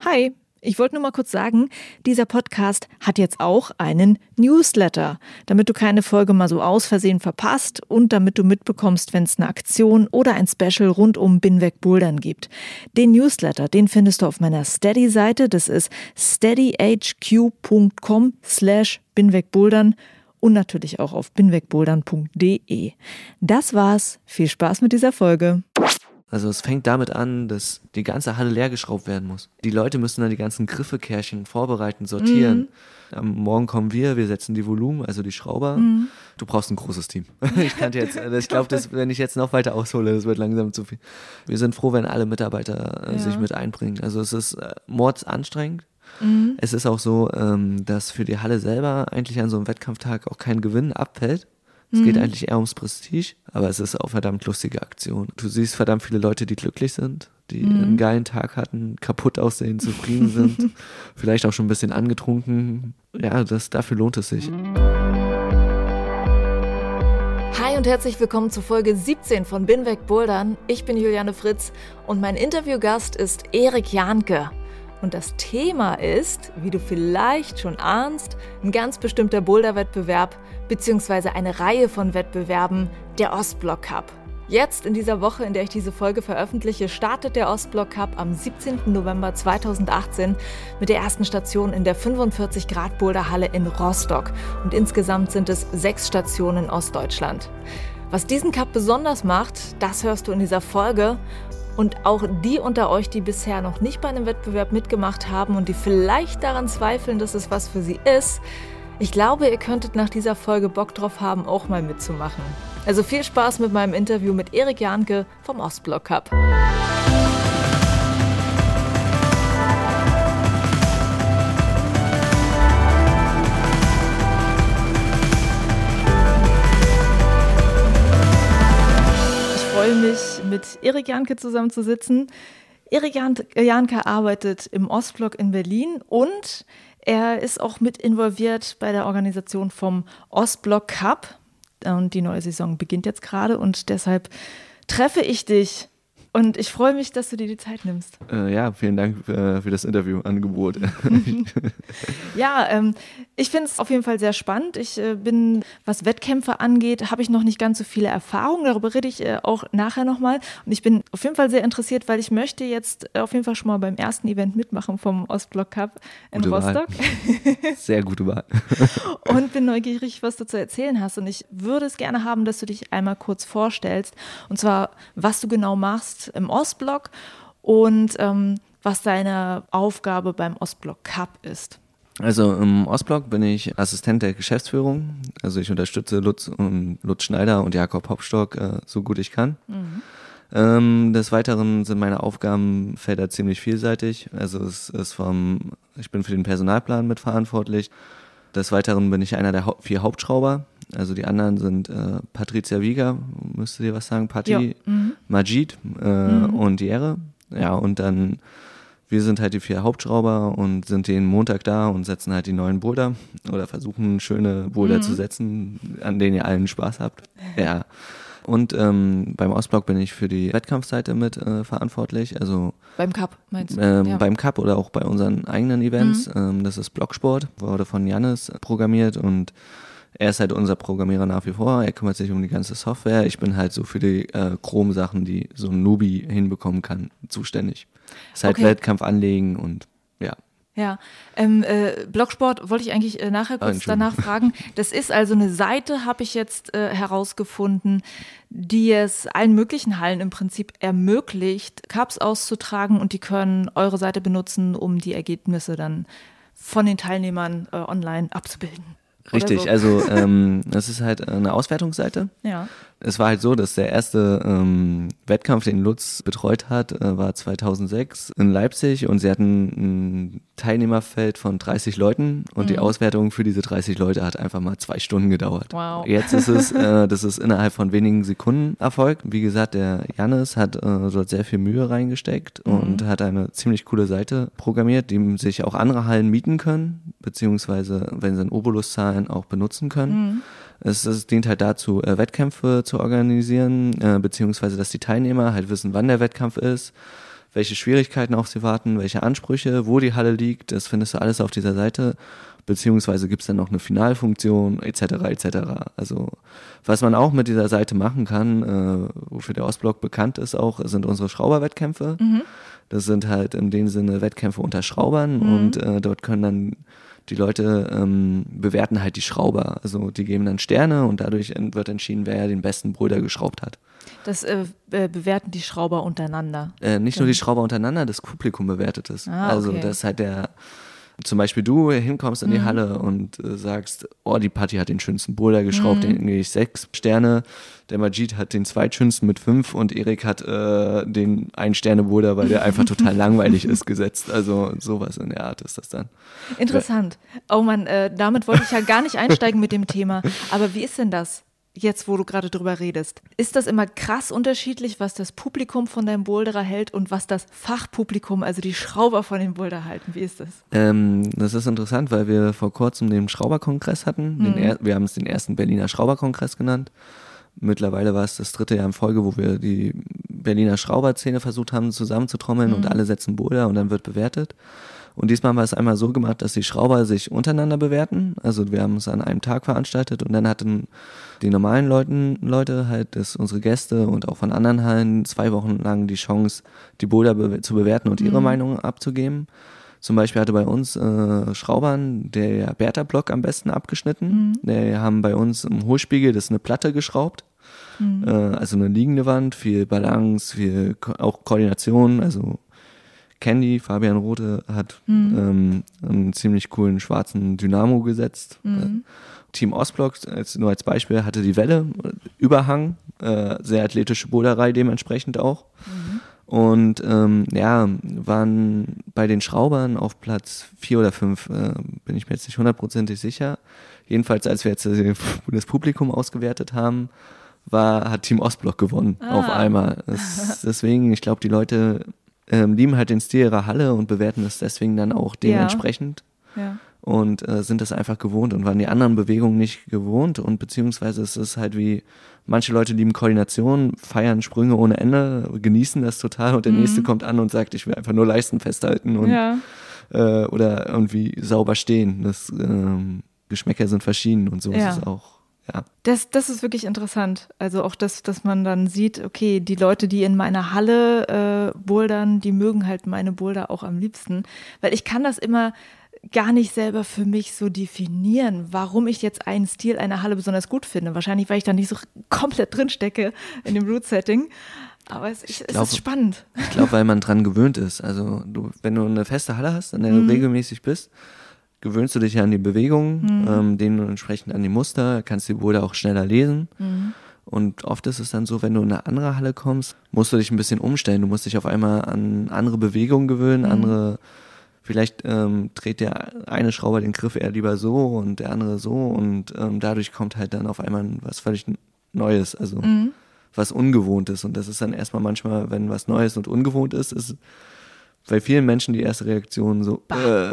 Hi, ich wollte nur mal kurz sagen, dieser Podcast hat jetzt auch einen Newsletter, damit du keine Folge mal so aus Versehen verpasst und damit du mitbekommst, wenn es eine Aktion oder ein Special rund um Binweg Bouldern gibt. Den Newsletter, den findest du auf meiner Steady-Seite, das ist steadyhq.com/binwegbouldern und natürlich auch auf binwegbouldern.de. Das war's, viel Spaß mit dieser Folge. Also es fängt damit an, dass die ganze Halle leergeschraubt werden muss. Die Leute müssen dann die ganzen Griffekärchen vorbereiten, sortieren. Am Morgen kommen wir setzen die Volumen, also die Schrauber. Du brauchst ein großes Team. Ich glaube, wenn ich jetzt noch weiter aushole, das wird langsam zu viel. Wir sind froh, wenn alle Mitarbeiter sich mit einbringen. Also es ist mordsanstrengend. Es ist auch so, dass für die Halle selber eigentlich an so einem Wettkampftag auch kein Gewinn abfällt. Es geht eigentlich eher ums Prestige, aber es ist auch verdammt lustige Aktion. Du siehst verdammt viele Leute, die glücklich sind, die einen geilen Tag hatten, kaputt aussehen, zufrieden sind, vielleicht auch schon ein bisschen angetrunken. Ja, dafür lohnt es sich. Hi und herzlich willkommen zu Folge 17 von Binweg Bouldern. Ich bin Juliane Fritz und mein Interviewgast ist Erik Jahnke. Und das Thema ist, wie du vielleicht schon ahnst, ein ganz bestimmter Boulder-Wettbewerb bzw. eine Reihe von Wettbewerben, der Ostblock Cup. Jetzt in dieser Woche, in der ich diese Folge veröffentliche, startet der Ostblock Cup am 17. November 2018 mit der ersten Station in der 45-Grad-Boulderhalle in Rostock. Und insgesamt sind es 6 Stationen in Ostdeutschland. Was diesen Cup besonders macht, das hörst du in dieser Folge. Und auch die unter euch, die bisher noch nicht bei einem Wettbewerb mitgemacht haben und die vielleicht daran zweifeln, dass es was für sie ist, ich glaube, ihr könntet nach dieser Folge Bock drauf haben, auch mal mitzumachen. Also viel Spaß mit meinem Interview mit Erik Jahnke vom Ostblock Cup. Ich freue mich, mit Erik Jahnke zusammenzusitzen. Erik Jahnke arbeitet im Ostblock in Berlin und er ist auch mit involviert bei der Organisation vom Ostblock Cup. Und die neue Saison beginnt jetzt gerade und deshalb treffe ich dich. Und ich freue mich, dass du dir die Zeit nimmst. Ja, vielen Dank für das Interviewangebot. Ja, ich finde es auf jeden Fall sehr spannend. Ich bin, was Wettkämpfe angeht, habe ich noch nicht ganz so viele Erfahrungen. Darüber rede ich auch nachher nochmal. Und ich bin auf jeden Fall sehr interessiert, weil ich möchte jetzt auf jeden Fall schon mal beim ersten Event mitmachen vom Ostblock Cup in Rostock. Sehr gute Wahl. Und bin neugierig, was du zu erzählen hast. Und ich würde es gerne haben, dass du dich einmal kurz vorstellst. Und zwar, was du genau machst im Ostblock und was deine Aufgabe beim Ostblock Cup ist. Also im Ostblock bin ich Assistent der Geschäftsführung. Also ich unterstütze Lutz Schneider und Jakob Hopstock so gut ich kann. Des Weiteren sind meine Aufgabenfelder ziemlich vielseitig. Also ich bin für den Personalplan mitverantwortlich. Des Weiteren bin ich einer der 4 Hauptschrauber. Also die anderen sind Patricia Wieger, müsste dir was sagen, Patti, Majid und Jere. Ja, und dann, wir sind halt die 4 Hauptschrauber und sind jeden Montag da und setzen halt die neuen Boulder oder versuchen schöne Boulder zu setzen, an denen ihr allen Spaß habt. Ja. Und beim Ostblock bin ich für die Wettkampfseite mit verantwortlich. Also beim Cup meinst du? Ja. Beim Cup oder auch bei unseren eigenen Events. Das ist Blocksport, wurde von Jannis programmiert und er ist halt unser Programmierer nach wie vor. Er kümmert sich um die ganze Software. Ich bin halt so für die Chrome-Sachen, die so ein Newbie hinbekommen kann, zuständig. Ist halt Wettkampf anlegen und ja. Ja, Blocksport wollte ich eigentlich nachher kurz danach fragen. Das ist also eine Seite, habe ich jetzt herausgefunden, die es allen möglichen Hallen im Prinzip ermöglicht, Cups auszutragen und die können eure Seite benutzen, um die Ergebnisse dann von den Teilnehmern online abzubilden. Richtig, so. Also das ist halt eine Auswertungsseite. Ja. Es war halt so, dass der erste Wettkampf, den Lutz betreut hat, war 2006 in Leipzig und sie hatten ein Teilnehmerfeld von 30 Leuten und die Auswertung für diese 30 Leute hat einfach mal 2 Stunden gedauert. Wow. Jetzt ist es, das ist innerhalb von wenigen Sekunden erfolgt. Wie gesagt, der Jannis hat dort sehr viel Mühe reingesteckt und hat eine ziemlich coole Seite programmiert, die sich auch andere Hallen mieten können, beziehungsweise, wenn sie einen Obolus zahlen, auch benutzen können. Es dient halt dazu, Wettkämpfe zu organisieren, beziehungsweise, dass die Teilnehmer halt wissen, wann der Wettkampf ist, welche Schwierigkeiten auf sie warten, welche Ansprüche, wo die Halle liegt, das findest du alles auf dieser Seite. Beziehungsweise gibt es dann noch eine Finalfunktion etc. etc. Also was man auch mit dieser Seite machen kann, wofür der Ostblock bekannt ist auch, sind unsere Schrauberwettkämpfe. Das sind halt in dem Sinne Wettkämpfe unter Schraubern und dort können dann die Leute bewerten halt die Schrauber. Also die geben dann Sterne und dadurch wird entschieden, wer den besten Boulder geschraubt hat. Das bewerten die Schrauber untereinander? Nicht nur die Schrauber untereinander, das Publikum bewertet es. Ah, okay. Also das ist halt zum Beispiel du hinkommst in die Halle und sagst, oh, die Patti hat den schönsten Boulder geschraubt, den gebe ich 6 Sterne. Der Majid hat den zweitschönsten mit 5 und Erik hat den 1-Sterne-Boulder, weil der einfach total langweilig ist, gesetzt. Also sowas in der Art ist das dann. Interessant. Oh Mann, damit wollte ich ja gar nicht einsteigen mit dem Thema. Aber wie ist denn das? Jetzt, wo du gerade drüber redest, ist das immer krass unterschiedlich, was das Publikum von deinem Boulderer hält und was das Fachpublikum, also die Schrauber von dem Boulder halten? Wie ist das? Das ist interessant, weil wir vor kurzem den Schrauberkongress hatten. Wir haben es den ersten Berliner Schrauberkongress genannt. Mittlerweile war es das 3. Jahr in Folge, wo wir die Berliner Schrauberszene versucht haben zusammenzutrommeln und alle setzen Boulder und dann wird bewertet. Und diesmal haben wir es einmal so gemacht, dass die Schrauber sich untereinander bewerten. Also wir haben es an einem Tag veranstaltet und dann hatten die normalen Leute halt, unsere Gäste und auch von anderen Hallen 2 Wochen lang die Chance, die Boulder zu bewerten und ihre Meinung abzugeben. Zum Beispiel hatte bei uns Schraubern der Bertha-Block am besten abgeschnitten. Die haben bei uns im Hohlspiegel, das ist eine Platte geschraubt. Also eine liegende Wand, viel Balance, viel auch Koordination, also Candy, Fabian Rothe, hat einen ziemlich coolen schwarzen Dynamo gesetzt. Team Ostblock, nur als Beispiel, hatte die Welle, Überhang, sehr athletische Boulderei dementsprechend auch. Und waren bei den Schraubern auf Platz 4 oder 5, bin ich mir jetzt nicht 100% sicher. Jedenfalls, als wir jetzt das Publikum ausgewertet haben, hat Team Ostblock gewonnen auf einmal. Deswegen, ich glaube, die Leute lieben halt den Stil ihrer Halle und bewerten es deswegen dann auch dementsprechend. Ja. Und sind das einfach gewohnt und waren die anderen Bewegungen nicht gewohnt und beziehungsweise es ist halt wie, manche Leute lieben Koordination, feiern Sprünge ohne Ende, genießen das total und der Nächste kommt an und sagt, ich will einfach nur Leisten festhalten und oder irgendwie sauber stehen. Das Geschmäcker sind verschieden und so ist es auch. Ja. Das ist wirklich interessant. Also auch das, dass man dann sieht, okay, die Leute, die in meiner Halle bouldern, die mögen halt meine Boulder auch am liebsten. Weil ich kann das immer gar nicht selber für mich so definieren, warum ich jetzt einen Stil einer Halle besonders gut finde. Wahrscheinlich, weil ich da nicht so komplett drin stecke in dem Root-Setting. Aber es ist spannend. Ich glaube, weil man dran gewöhnt ist. Also wenn du eine feste Halle hast, an der du regelmäßig bist, gewöhnst du dich ja an die Bewegungen, dementsprechend an die Muster, kannst die Boulder auch schneller lesen. Und oft ist es dann so, wenn du in eine andere Halle kommst, musst du dich ein bisschen umstellen. Du musst dich auf einmal an andere Bewegungen gewöhnen, vielleicht dreht der eine Schrauber den Griff eher lieber so und der andere so und dadurch kommt halt dann auf einmal was völlig Neues, also was Ungewohntes. Und das ist dann erstmal manchmal, wenn was Neues und ungewohnt ist bei vielen Menschen die erste Reaktion so,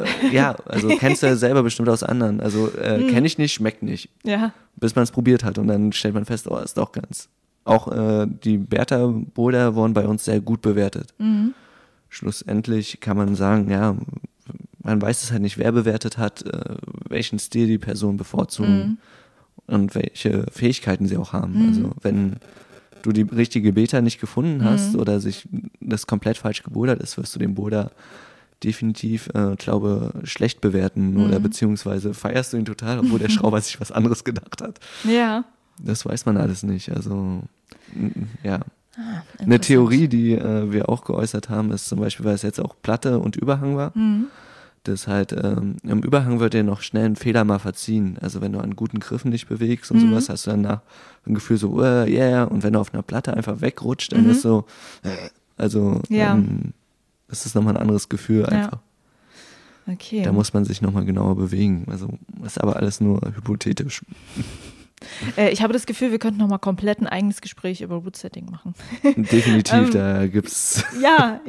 also kennst du ja selber bestimmt aus anderen, also kenne ich nicht, schmeckt nicht, bis man es probiert hat und dann stellt man fest, ist doch ganz. Auch die Bertha-Boulder wurden bei uns sehr gut bewertet. Schlussendlich kann man sagen, ja, man weiß es halt nicht, wer bewertet hat, welchen Stil die Person bevorzugen und welche Fähigkeiten sie auch haben. Also wenn du die richtige Beta nicht gefunden hast oder sich das komplett falsch gebouldert ist, wirst du den Boulder definitiv, schlecht bewerten oder beziehungsweise feierst du ihn total, obwohl der Schrauber sich was anderes gedacht hat. Ja. Das weiß man alles nicht. Also, ja. Eine Theorie, die wir auch geäußert haben, ist zum Beispiel, weil es jetzt auch Platte und Überhang war, dass halt im Überhang wird dir noch schnell ein Fehler mal verziehen. Also wenn du an guten Griffen dich bewegst und sowas, hast du danach ein Gefühl so, und wenn du auf einer Platte einfach wegrutscht, dann ist so, das ist nochmal ein anderes Gefühl einfach. Okay. Da muss man sich nochmal genauer bewegen. Also ist aber alles nur hypothetisch. Ich habe das Gefühl, wir könnten nochmal komplett ein eigenes Gespräch über Root-Setting machen. Definitiv, da gibt's. Ja.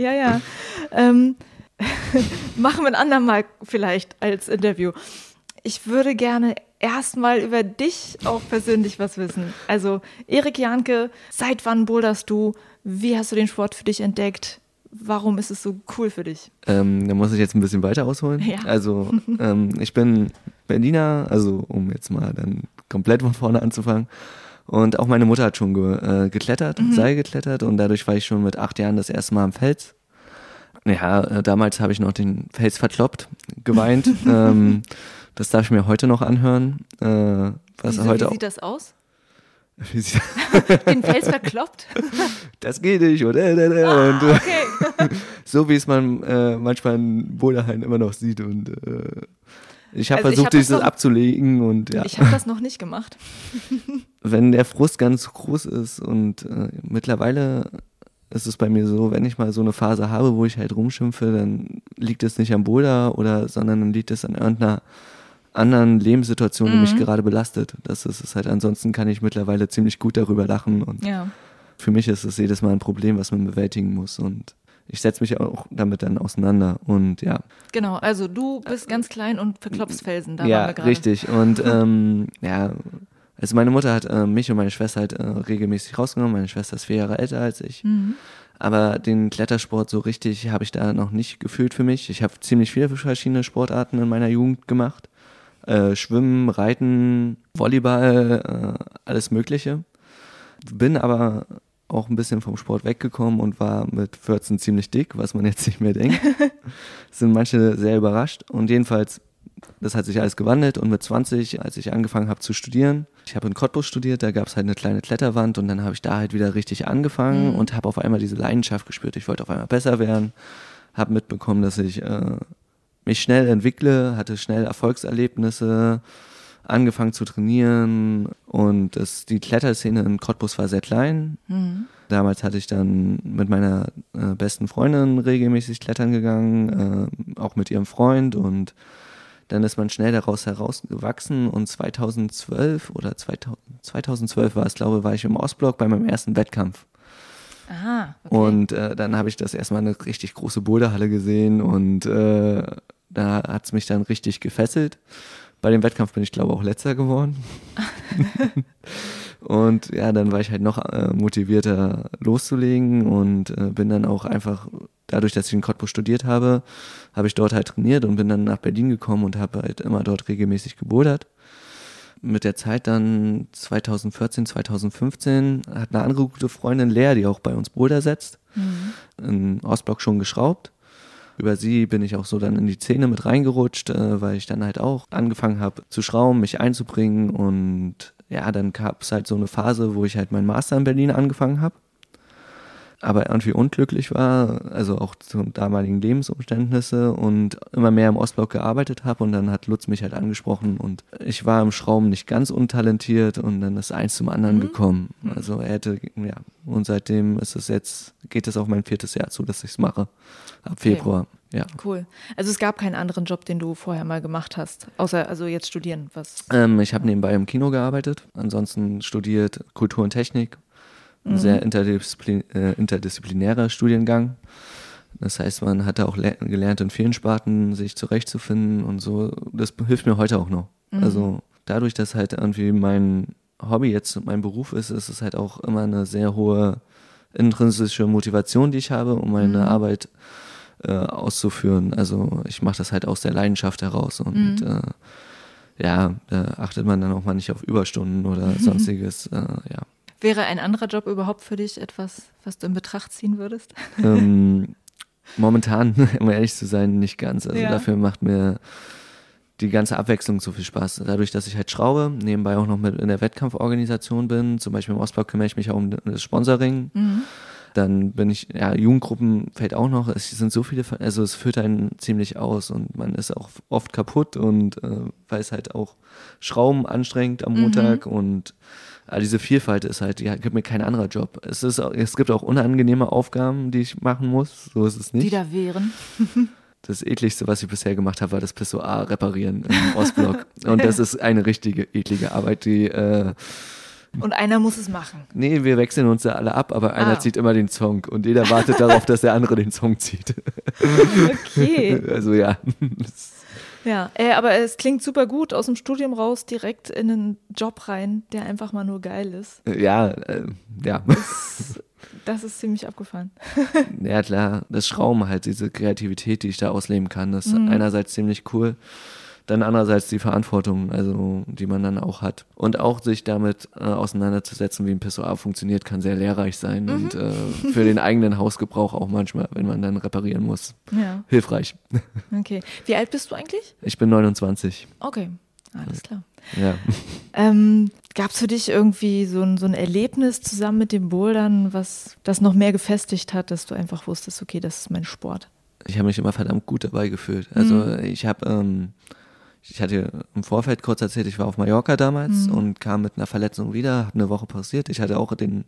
Machen wir ein andermal vielleicht als Interview. Ich würde gerne erstmal über dich auch persönlich was wissen. Also Erik Jahnke, seit wann boulderst du? Wie hast du den Sport für dich entdeckt? warum ist es so cool für dich? Da muss ich jetzt ein bisschen weiter ausholen. Ja. Also ich bin Berliner, also um jetzt mal dann komplett von vorne anzufangen. Und auch meine Mutter hat schon geklettert, Seil geklettert und dadurch war ich schon mit 8 Jahren das erste Mal am Fels. Ja, damals habe ich noch den Fels verkloppt, geweint. Das darf ich mir heute noch anhören. Wie sieht das aus? Den Fels verkloppt? Das geht nicht. Okay. So wie es man manchmal in Boulderhain immer noch sieht. Und ich habe versucht, dieses abzulegen. Und, ja. Ich habe das noch nicht gemacht. Wenn der Frust ganz groß ist und mittlerweile ist es bei mir so, wenn ich mal so eine Phase habe, wo ich halt rumschimpfe, dann liegt es nicht am Boulder, sondern dann liegt es an irgendeiner anderen Lebenssituation, die mich gerade belastet. Das ist es halt. Ansonsten kann ich mittlerweile ziemlich gut darüber lachen und für mich ist es jedes Mal ein Problem, was man bewältigen muss und ich setze mich auch damit dann auseinander und ja. Genau, also du bist ganz klein und verklopfst Felsen, da ja, waren wir gerade. Richtig und also meine Mutter hat mich und meine Schwester halt regelmäßig rausgenommen. Meine Schwester ist 4 Jahre älter als ich. Aber den Klettersport so richtig habe ich da noch nicht gefühlt für mich. Ich habe ziemlich viele verschiedene Sportarten in meiner Jugend gemacht. Schwimmen, Reiten, Volleyball, alles Mögliche. Bin aber auch ein bisschen vom Sport weggekommen und war mit 14 ziemlich dick, was man jetzt nicht mehr denkt. Sind manche sehr überrascht. Und jedenfalls, das hat sich alles gewandelt. Und mit 20, als ich angefangen habe zu studieren, ich habe in Cottbus studiert, da gab es halt eine kleine Kletterwand und dann habe ich da halt wieder richtig angefangen und habe auf einmal diese Leidenschaft gespürt. Ich wollte auf einmal besser werden, habe mitbekommen, dass ich mich schnell entwickle, hatte schnell Erfolgserlebnisse, angefangen zu trainieren und die Kletterszene in Cottbus war sehr klein. Damals hatte ich dann mit meiner besten Freundin regelmäßig klettern gegangen, auch mit ihrem Freund und dann ist man schnell daraus herausgewachsen und 2012 war es, glaube ich, war ich im Ostblock bei meinem ersten Wettkampf. Aha, okay. Und dann habe ich das erstmal eine richtig große Boulderhalle gesehen und da hat es mich dann richtig gefesselt. Bei dem Wettkampf bin ich, glaube ich, auch Letzter geworden. Und ja, dann war ich halt noch motivierter loszulegen und bin dann auch einfach, dadurch, dass ich in Cottbus studiert habe, habe ich dort halt trainiert und bin dann nach Berlin gekommen und habe halt immer dort regelmäßig gebouldert. Mit der Zeit dann 2014, 2015 hat eine andere gute Freundin, Lea, die auch bei uns Boulder setzt, im Ostblock schon geschraubt. Über sie bin ich auch so dann in die Szene mit reingerutscht, weil ich dann halt auch angefangen habe zu schrauben, mich einzubringen und ja, dann gab es halt so eine Phase, wo ich halt meinen Master in Berlin angefangen habe, aber irgendwie unglücklich war, also auch zu damaligen Lebensumständnisse und immer mehr im Ostblock gearbeitet habe und dann hat Lutz mich halt angesprochen und ich war im Schrauben nicht ganz untalentiert und dann ist eins zum anderen gekommen. Also und seitdem geht es auf mein 4. Jahr zu, dass ich es mache, ab Februar. Ja. Cool. Also es gab keinen anderen Job, den du vorher mal gemacht hast, außer also jetzt studieren. Ich habe nebenbei im Kino gearbeitet, ansonsten studiert Kultur und Technik. Ein sehr interdisziplinärer Studiengang. Das heißt, man hat da auch gelernt, in vielen Sparten sich zurechtzufinden und so. Das hilft mir heute auch noch. Also dadurch, dass halt irgendwie mein Hobby jetzt mein Beruf ist es halt auch immer eine sehr hohe intrinsische Motivation, die ich habe, um meine Arbeit auszuführen. Also ich mache das halt aus der Leidenschaft heraus und da achtet man dann auch mal nicht auf Überstunden oder sonstiges, ja. Wäre ein anderer Job überhaupt für dich etwas, was du in Betracht ziehen würdest? Momentan, um ehrlich zu sein, nicht ganz. Also dafür macht mir die ganze Abwechslung so viel Spaß. Dadurch, dass ich halt schraube, nebenbei auch noch mit in der Wettkampforganisation bin, zum Beispiel im Ostblock kümmere ich mich auch um das Sponsoring. Dann bin ich, Jugendgruppen fällt auch noch, es sind so viele, also es führt einen ziemlich aus und man ist auch oft kaputt und weil es halt auch Schrauben anstrengend am Montag und diese Vielfalt ist halt, die gibt mir kein anderer Job. Es gibt auch unangenehme Aufgaben, die ich machen muss, so ist es nicht. Die da wären? Das ekligste, was ich bisher gemacht habe, war das Pissoir reparieren im Ostblock. Und das ist eine richtige eklige Arbeit, die und einer muss es machen. Nee, wir wechseln uns da alle ab, aber einer zieht immer den Song und jeder wartet darauf, dass der andere den Song zieht. Okay. Also ja. Ja, aber es klingt super gut, aus dem Studium raus direkt in einen Job rein, der einfach mal nur geil ist. Ja. Das ist ziemlich abgefahren. Ja klar, das Schrauben halt, diese Kreativität, die ich da ausleben kann, das ist einerseits ziemlich cool, dann andererseits die Verantwortung, also die man dann auch hat. Und auch sich damit auseinanderzusetzen, wie ein Pissoir funktioniert, kann sehr lehrreich sein und für den eigenen Hausgebrauch auch manchmal, wenn man dann reparieren muss, hilfreich. Okay. Wie alt bist du eigentlich? Ich bin 29. Okay, alles klar. Ja. Gab es für dich irgendwie so ein Erlebnis zusammen mit dem Bouldern, was das noch mehr gefestigt hat, dass du einfach wusstest, okay, das ist mein Sport? Ich habe mich immer verdammt gut dabei gefühlt. Also ich hatte im Vorfeld kurz erzählt, ich war auf Mallorca damals und kam mit einer Verletzung wieder, habe eine Woche pausiert. Ich hatte auch den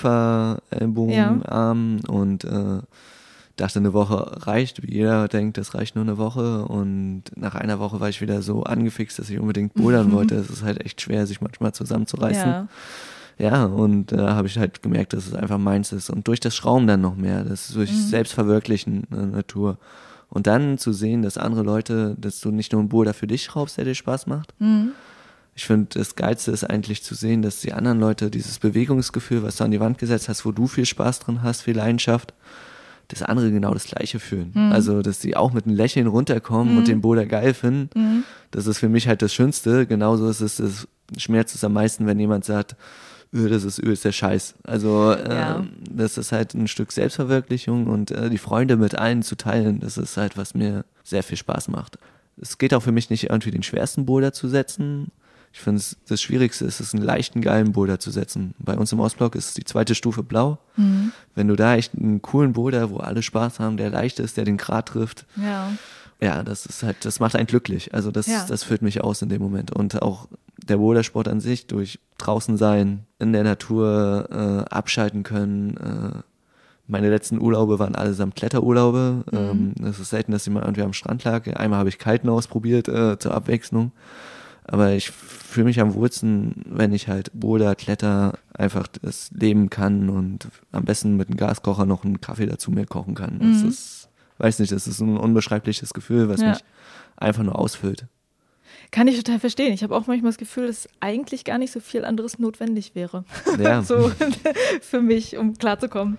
Golfer-Ellbogenarm und dachte, eine Woche reicht, wie jeder denkt, das reicht nur eine Woche. Und nach einer Woche war ich wieder so angefixt, dass ich unbedingt bouldern wollte. Es ist halt echt schwer, sich manchmal zusammenzureißen. Ja, und da habe ich halt gemerkt, dass es einfach meins ist. Und durch das Schrauben dann noch mehr, das ist durch Selbstverwirklichen in der Natur. Und dann zu sehen, dass andere Leute, dass du nicht nur einen Boulder für dich schraubst, der dir Spaß macht. Ich finde, das Geilste ist eigentlich zu sehen, dass die anderen Leute dieses Bewegungsgefühl, was du an die Wand gesetzt hast, wo du viel Spaß drin hast, viel Leidenschaft, dass andere genau das Gleiche fühlen. Also, dass die auch mit einem Lächeln runterkommen und den Boulder geil finden. Das ist für mich halt das Schönste. Genauso ist es, das schmerzt es am meisten, wenn jemand sagt, das ist der Scheiß. Also das ist halt ein Stück Selbstverwirklichung und die Freunde mit allen zu teilen, das ist halt, was mir sehr viel Spaß macht. Es geht auch für mich nicht irgendwie den schwersten Boulder zu setzen. Ich finde, das Schwierigste ist es, einen leichten, geilen Boulder zu setzen. Bei uns im Ostblock ist die 2. Stufe blau. Wenn du da echt einen coolen Boulder, wo alle Spaß haben, der leicht ist, der den Grat trifft, ja, das ist halt, das macht einen glücklich. Also das füllt mich aus in dem Moment. Und auch der Bouldersport an sich, durch draußen sein, in der Natur abschalten können. Meine letzten Urlaube waren allesamt Kletterurlaube. Das ist selten, dass ich mal irgendwie am Strand lag. Einmal habe ich Kiten ausprobiert zur Abwechslung. Aber ich fühle mich am wohlsten, wenn ich halt Boulder, Kletter, einfach das leben kann und am besten mit einem Gaskocher noch einen Kaffee dazu mir kochen kann. Das ist, weiß nicht, das ist ein unbeschreibliches Gefühl, was mich einfach nur ausfüllt. Kann ich total verstehen. Ich habe auch manchmal das Gefühl, dass eigentlich gar nicht so viel anderes notwendig wäre. Ja. So für mich, um klarzukommen.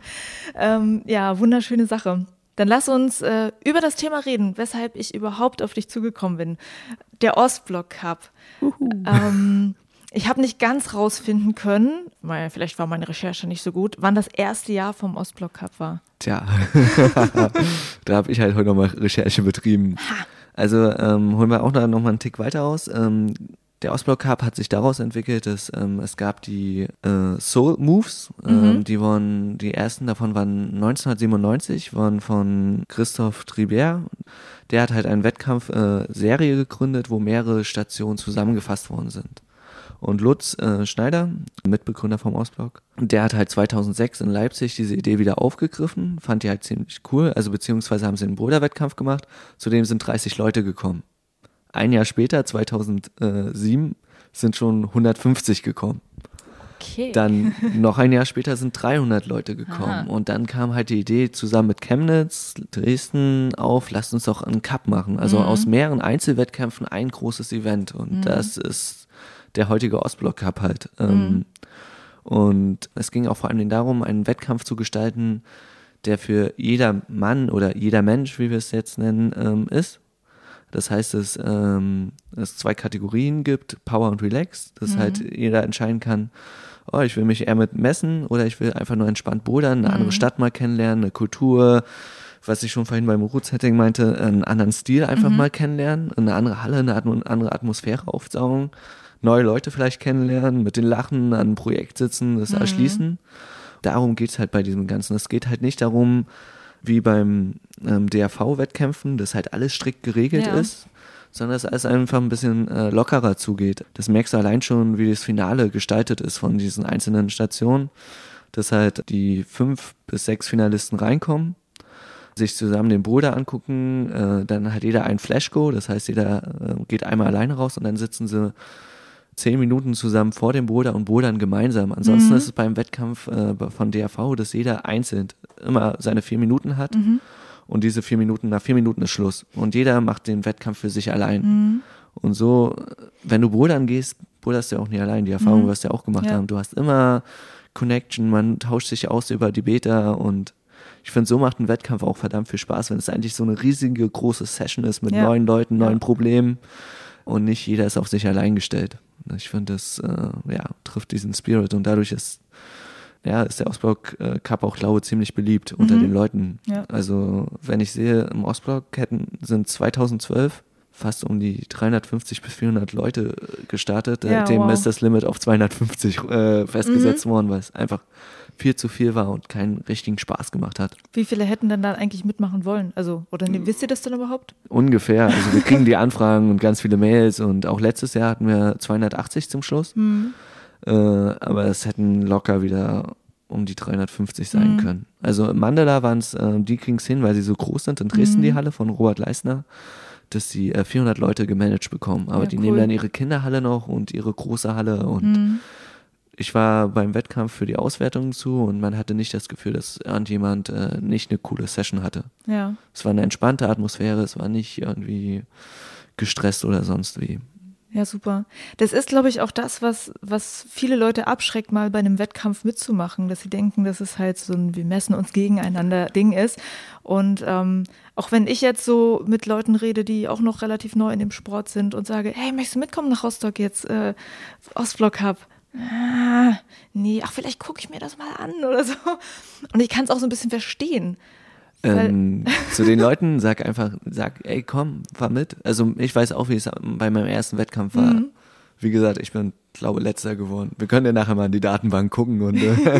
Ja, wunderschöne Sache. Dann lass uns über das Thema reden, weshalb ich überhaupt auf dich zugekommen bin. Der Ostblock Cup. Ich habe nicht ganz rausfinden können, weil vielleicht war meine Recherche nicht so gut, wann das erste Jahr vom Ostblock Cup war. Tja, da habe ich halt heute nochmal Recherche betrieben. Also holen wir auch noch mal einen Tick weiter aus. Der Ostblock Cup hat sich daraus entwickelt, dass es gab die Soul Moves, die ersten davon waren 1997, waren von Christoph Tribert. Der hat halt einen Wettkampf-Serie gegründet, wo mehrere Stationen zusammengefasst worden sind. Und Lutz Schneider, Mitbegründer vom Ostblock, der hat halt 2006 in Leipzig diese Idee wieder aufgegriffen, fand die halt ziemlich cool, also beziehungsweise haben sie einen Boulder-Wettkampf gemacht, zudem sind 30 Leute gekommen. Ein Jahr später, 2007, sind schon 150 gekommen. Okay. Dann noch ein Jahr später sind 300 Leute gekommen. Und dann kam halt die Idee zusammen mit Chemnitz, Dresden auf, lasst uns doch einen Cup machen. Also aus mehreren Einzelwettkämpfen ein großes Event. Und das ist der heutige Ostblock Cup halt. Und es ging auch vor allem darum, einen Wettkampf zu gestalten, der für jeder Mann oder jeder Mensch, wie wir es jetzt nennen, ist. Das heißt, dass es 2 Kategorien gibt, Power und Relax, dass halt jeder entscheiden kann, oh, ich will mich eher mit messen oder ich will einfach nur entspannt bouldern, eine andere Stadt mal kennenlernen, eine Kultur, was ich schon vorhin beim Root-Setting meinte, einen anderen Stil einfach mal kennenlernen, eine andere Halle, eine andere Atmosphäre aufsaugen, neue Leute vielleicht kennenlernen, mit den Lachen an einem Projekt sitzen, das erschließen. Darum geht es halt bei diesem Ganzen. Es geht halt nicht darum, wie beim DRV-Wettkämpfen, dass halt alles strikt geregelt ist, sondern dass alles einfach ein bisschen lockerer zugeht. Das merkst du allein schon, wie das Finale gestaltet ist von diesen einzelnen Stationen, dass halt die 5 bis 6 Finalisten reinkommen, sich zusammen den Boulder angucken, dann hat jeder ein Flash-Go, das heißt, jeder geht einmal alleine raus und dann sitzen sie 10 Minuten zusammen vor dem Boulder und bouldern gemeinsam. Ansonsten ist es beim Wettkampf von DRV, dass jeder einzeln immer seine 4 Minuten hat und diese 4 Minuten, nach 4 Minuten ist Schluss. Und jeder macht den Wettkampf für sich allein. Und so, wenn du bouldern gehst, boulderst du ja auch nicht allein. Die Erfahrung wirst du ja auch gemacht haben. Du hast immer Connection, man tauscht sich aus über die Beta und ich finde, so macht ein Wettkampf auch verdammt viel Spaß, wenn es eigentlich so eine riesige, große Session ist mit neuen Leuten, neuen Problemen und nicht jeder ist auf sich allein gestellt. Ich finde, das trifft diesen Spirit und dadurch ist der Ostblock Cup auch, glaube ich, ziemlich beliebt unter den Leuten. Ja. Also wenn ich sehe, im Ostblock sind 2012 fast um die 350 bis 400 Leute gestartet. Dem ist das Limit auf 250 festgesetzt worden, weil es einfach viel zu viel war und keinen richtigen Spaß gemacht hat. Wie viele hätten denn dann eigentlich mitmachen wollen? Also, oder wisst ihr das denn überhaupt? Ungefähr. Also wir kriegen die Anfragen und ganz viele Mails und auch letztes Jahr hatten wir 280 zum Schluss. Aber es hätten locker wieder um die 350 sein können. Also in Mandela waren es, die kriegen es hin, weil sie so groß sind. In Dresden die Halle von Robert Leisner, dass sie 400 Leute gemanagt bekommen. Aber die nehmen dann ihre Kinderhalle noch und ihre große Halle. Und ich war beim Wettkampf für die Auswertung zu und man hatte nicht das Gefühl, dass irgendjemand nicht eine coole Session hatte. Ja. Es war eine entspannte Atmosphäre, es war nicht irgendwie gestresst oder sonst wie. Ja, super. Das ist, glaube ich, auch das, was viele Leute abschreckt, mal bei einem Wettkampf mitzumachen, dass sie denken, dass es halt so ein wir messen uns gegeneinander Ding ist. Und auch wenn ich jetzt so mit Leuten rede, die auch noch relativ neu in dem Sport sind und sage, hey, möchtest du mitkommen nach Rostock jetzt, Ostblock Cup? Nee, vielleicht gucke ich mir das mal an oder so. Und ich kann es auch so ein bisschen verstehen. Zu den Leuten sag, ey, komm, fahr mit. Also ich weiß auch, wie es bei meinem ersten Wettkampf war. Wie gesagt, ich bin, glaube ich, Letzter geworden. Wir können ja nachher mal in die Datenbank gucken. Und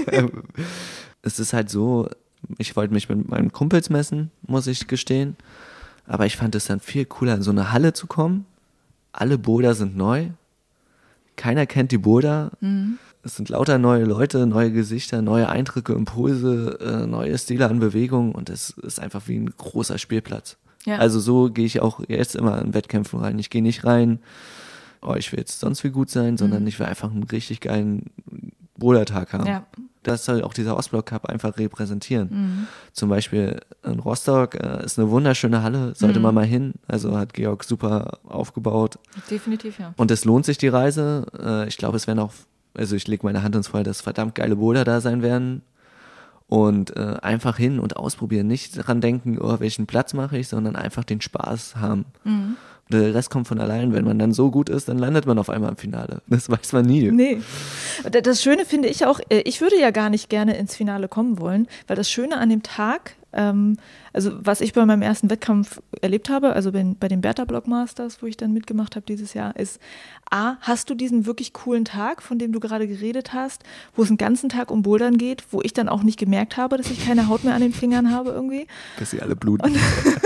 es ist halt so, ich wollte mich mit meinen Kumpels messen, muss ich gestehen. Aber ich fand es dann viel cooler, in so eine Halle zu kommen. Alle Boulder sind neu. Keiner kennt die Boulder. Es sind lauter neue Leute, neue Gesichter, neue Eindrücke, Impulse, neue Stile an Bewegung und es ist einfach wie ein großer Spielplatz. Ja. Also so gehe ich auch jetzt immer in Wettkämpfen rein. Ich gehe nicht rein, ich will jetzt sonst wie gut sein, sondern ich will einfach einen richtig geilen Bouldertag haben. Ja. Das soll auch dieser Ostblock Cup einfach repräsentieren. Zum Beispiel in Rostock ist eine wunderschöne Halle, sollte man mal hin. Also hat Georg super aufgebaut. Definitiv, ja. Und es lohnt sich die Reise. Ich glaube, es werden auch ich lege meine Hand ins Feuer, dass verdammt geile Boulder da sein werden und einfach hin und ausprobieren. Nicht daran denken, welchen Platz mache ich, sondern einfach den Spaß haben. Und der Rest kommt von allein. Wenn man dann so gut ist, dann landet man auf einmal im Finale. Das weiß man nie. Nee. Das Schöne finde ich auch, ich würde ja gar nicht gerne ins Finale kommen wollen, weil das Schöne an dem Tag, also was ich bei meinem ersten Wettkampf erlebt habe, also bei den Bertha Block Masters, wo ich dann mitgemacht habe dieses Jahr, ist hast du diesen wirklich coolen Tag, von dem du gerade geredet hast, wo es einen ganzen Tag um Bouldern geht, wo ich dann auch nicht gemerkt habe, dass ich keine Haut mehr an den Fingern habe irgendwie. Dass sie alle bluten.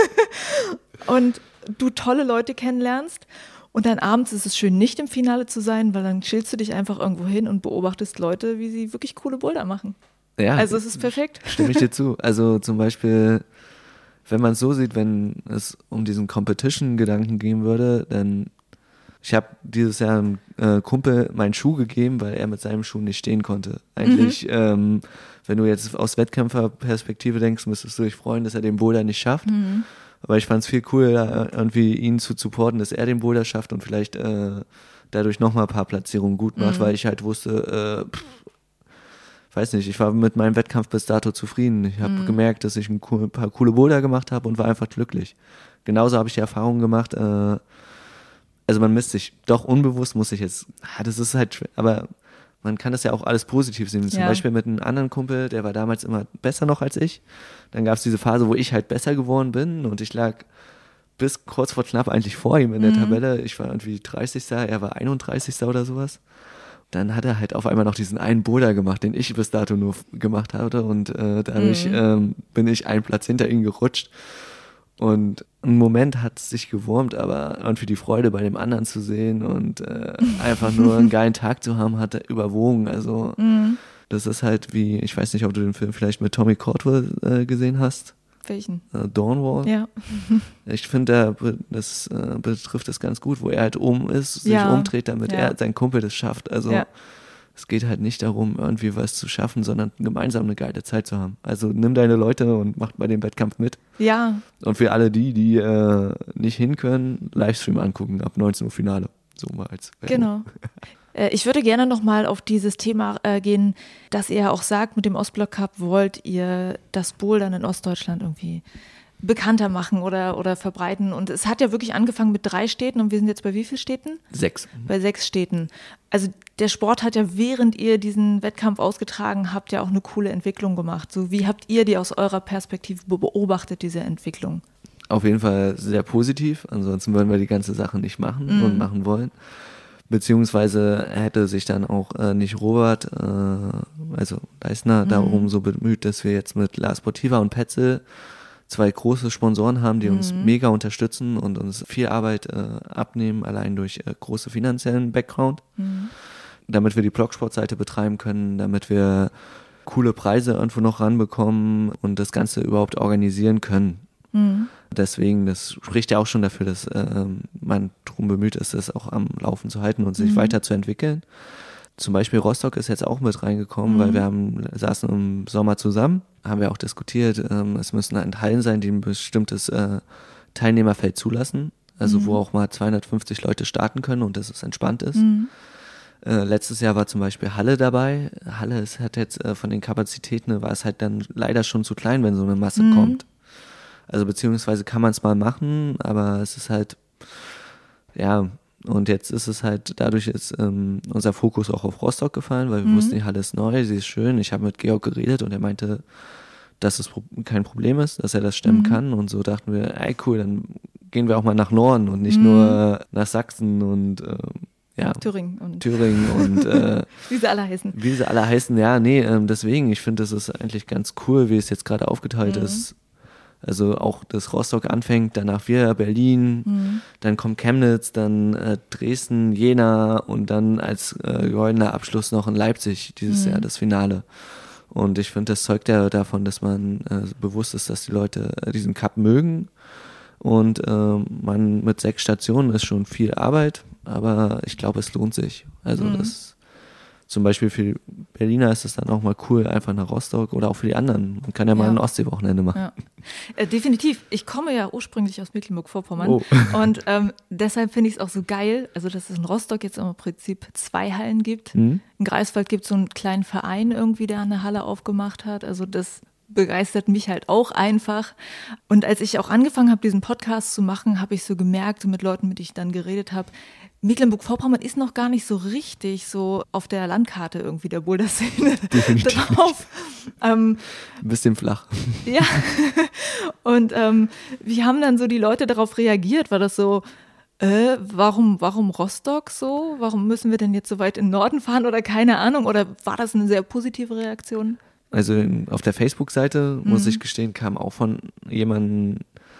Und du tolle Leute kennenlernst und dann abends ist es schön, nicht im Finale zu sein, weil dann chillst du dich einfach irgendwo hin und beobachtest Leute, wie sie wirklich coole Boulder machen. Ja, also es ist perfekt. Stimme ich dir zu. Also zum Beispiel, wenn man es so sieht, wenn es um diesen Competition-Gedanken gehen würde, dann ich habe dieses Jahr einem Kumpel meinen Schuh gegeben, weil er mit seinem Schuh nicht stehen konnte. Eigentlich, wenn du jetzt aus Wettkämpferperspektive denkst, müsstest du dich freuen, dass er den Boulder nicht schafft. Aber ich fand es viel cooler, irgendwie ihn zu supporten, dass er den Boulder schafft und vielleicht dadurch nochmal ein paar Platzierungen gut macht, weil ich halt wusste, weiß nicht, ich war mit meinem Wettkampf bis dato zufrieden. Ich habe gemerkt, dass ich ein paar coole Boulder gemacht habe und war einfach glücklich. Genauso habe ich die Erfahrung gemacht, also man misst sich doch unbewusst, muss ich jetzt, das ist halt schwer, aber man kann das ja auch alles positiv sehen. Zum Beispiel mit einem anderen Kumpel, der war damals immer besser noch als ich. Dann gab es diese Phase, wo ich halt besser geworden bin und ich lag bis kurz vor knapp eigentlich vor ihm in der Tabelle. Ich war irgendwie 30. Er war 31. oder sowas. Dann hat er halt auf einmal noch diesen einen Boulder gemacht, den ich bis dato nur gemacht hatte und dadurch bin ich einen Platz hinter ihm gerutscht. Und einen Moment hat es sich gewurmt, aber irgendwie die Freude bei dem anderen zu sehen und einfach nur einen geilen Tag zu haben, hat er überwogen. Also das ist halt wie, ich weiß nicht, ob du den Film vielleicht mit Tommy Caldwell gesehen hast. Welchen? Dawnwall. Ja. Ich finde, das betrifft das ganz gut, wo er halt oben ist, sich umdreht, damit er sein Kumpel das schafft. Also es geht halt nicht darum, irgendwie was zu schaffen, sondern gemeinsam eine geile Zeit zu haben. Also nimm deine Leute und mach bei dem Wettkampf mit. Ja. Und für alle die nicht hin können, Livestream angucken, ab 19 Uhr Finale. So mal als Genau. Ich würde gerne nochmal auf dieses Thema gehen, dass ihr auch sagt, mit dem Ostblock Cup wollt ihr das Bouldern in Ostdeutschland irgendwie bekannter machen oder verbreiten. Und es hat ja wirklich angefangen mit 3 Städten und wir sind jetzt bei wie vielen Städten? 6. Bei 6 Städten. Also der Sport hat ja, während ihr diesen Wettkampf ausgetragen habt, ja auch eine coole Entwicklung gemacht. So, wie habt ihr die aus eurer Perspektive beobachtet, diese Entwicklung? Auf jeden Fall sehr positiv, ansonsten würden wir die ganze Sache nicht machen und machen wollen. Beziehungsweise hätte sich dann auch nicht Robert, also Leisner, darum so bemüht, dass wir jetzt mit La Sportiva und Petzl 2 große Sponsoren haben, die uns mega unterstützen und uns viel Arbeit abnehmen, allein durch große finanziellen Background, damit wir die Blocksportseite betreiben können, damit wir coole Preise irgendwo noch ranbekommen und das Ganze überhaupt organisieren können. Deswegen, das spricht ja auch schon dafür, dass man darum bemüht ist, das auch am Laufen zu halten und sich weiterzuentwickeln. Zum Beispiel Rostock ist jetzt auch mit reingekommen, weil wir saßen im Sommer zusammen, haben wir auch diskutiert, es müssen halt Hallen sein, die ein bestimmtes Teilnehmerfeld zulassen, also wo auch mal 250 Leute starten können und dass es entspannt ist. Letztes Jahr war zum Beispiel Halle dabei. Halle hat jetzt von den Kapazitäten, war es halt dann leider schon zu klein, wenn so eine Masse kommt. Also beziehungsweise kann man es mal machen, aber es ist halt, ja, und jetzt ist es halt, dadurch ist unser Fokus auch auf Rostock gefallen, weil wir wussten, die Halle ist neu, sie ist schön. Ich habe mit Georg geredet und er meinte, dass es kein Problem ist, dass er das stemmen kann. Und so dachten wir, ey cool, dann gehen wir auch mal nach Norden und nicht nur nach Sachsen und Thüringen und wie sie alle heißen. Ja, nee, deswegen, ich finde, das ist eigentlich ganz cool, wie es jetzt gerade aufgeteilt ist. Also auch, dass Rostock anfängt, danach wir Berlin, dann kommt Chemnitz, dann Dresden, Jena und dann als goldener Abschluss noch in Leipzig dieses Jahr das Finale. Und ich finde, das zeugt ja davon, dass man bewusst ist, dass die Leute diesen Cup mögen. Und man mit 6 Stationen ist schon viel Arbeit, aber ich glaube, es lohnt sich. Also das zum Beispiel für Berliner ist es dann auch mal cool, einfach nach Rostock oder auch für die anderen. Man kann ja mal ein Ostsee-Wochenende machen. Ja. Definitiv. Ich komme ja ursprünglich aus Mecklenburg-Vorpommern und deshalb finde ich es auch so geil, also dass es in Rostock jetzt im Prinzip 2 Hallen gibt. In Greifswald gibt es so einen kleinen Verein irgendwie, der eine Halle aufgemacht hat. Also das begeistert mich halt auch einfach. Und als ich auch angefangen habe, diesen Podcast zu machen, habe ich so gemerkt, so mit Leuten, mit denen ich dann geredet habe, Mecklenburg-Vorpommern ist noch gar nicht so richtig so auf der Landkarte irgendwie der Boulder-Szene drauf. Ein bisschen flach. Ja. Und wie haben dann so die Leute darauf reagiert? War das so, warum Rostock so? Warum müssen wir denn jetzt so weit in den Norden fahren oder keine Ahnung? Oder war das eine sehr positive Reaktion? Also auf der Facebook-Seite, muss ich gestehen, kam auch von jemandem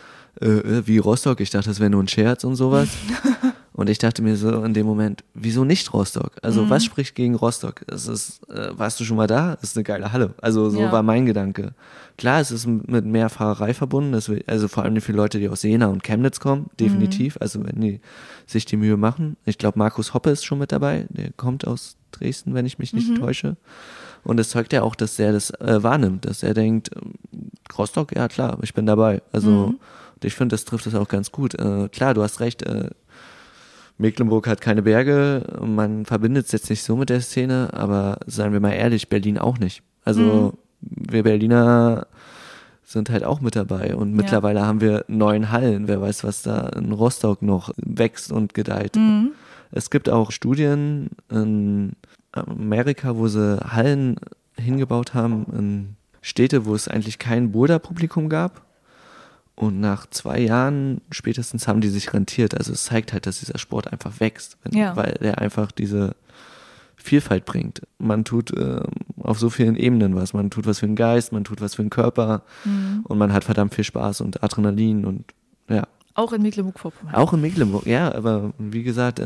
wie Rostock. Ich dachte, das wäre nur ein Scherz und sowas. Und ich dachte mir so in dem Moment, wieso nicht Rostock? Also was spricht gegen Rostock? Es ist, warst du schon mal da? Das ist eine geile Halle. Also so war mein Gedanke. Klar, es ist mit mehr Fahrerei verbunden, also vor allem für Leute, die aus Jena und Chemnitz kommen, definitiv. Also wenn die sich die Mühe machen. Ich glaube, Markus Hoppe ist schon mit dabei. Der kommt aus Dresden, wenn ich mich nicht täusche. Und es zeugt ja auch, dass er das wahrnimmt, dass er denkt, Rostock, ja klar, ich bin dabei. Also ich finde, das trifft es auch ganz gut. Klar, du hast recht, Mecklenburg hat keine Berge, man verbindet es jetzt nicht so mit der Szene, aber seien wir mal ehrlich, Berlin auch nicht. Also wir Berliner sind halt auch mit dabei und mittlerweile haben wir 9 Hallen, wer weiß, was da in Rostock noch wächst und gedeiht. Es gibt auch Studien in Amerika, wo sie Hallen hingebaut haben in Städte, wo es eigentlich kein Boulder-Publikum gab. Und nach 2 Jahren spätestens haben die sich rentiert. Also es zeigt halt, dass dieser Sport einfach wächst, weil der einfach diese Vielfalt bringt. Man tut auf so vielen Ebenen was. Man tut was für den Geist, man tut was für den Körper und man hat verdammt viel Spaß und Adrenalin und ja. Auch in Mecklenburg-Vorpommern. Auch in Mecklenburg, ja. Aber wie gesagt,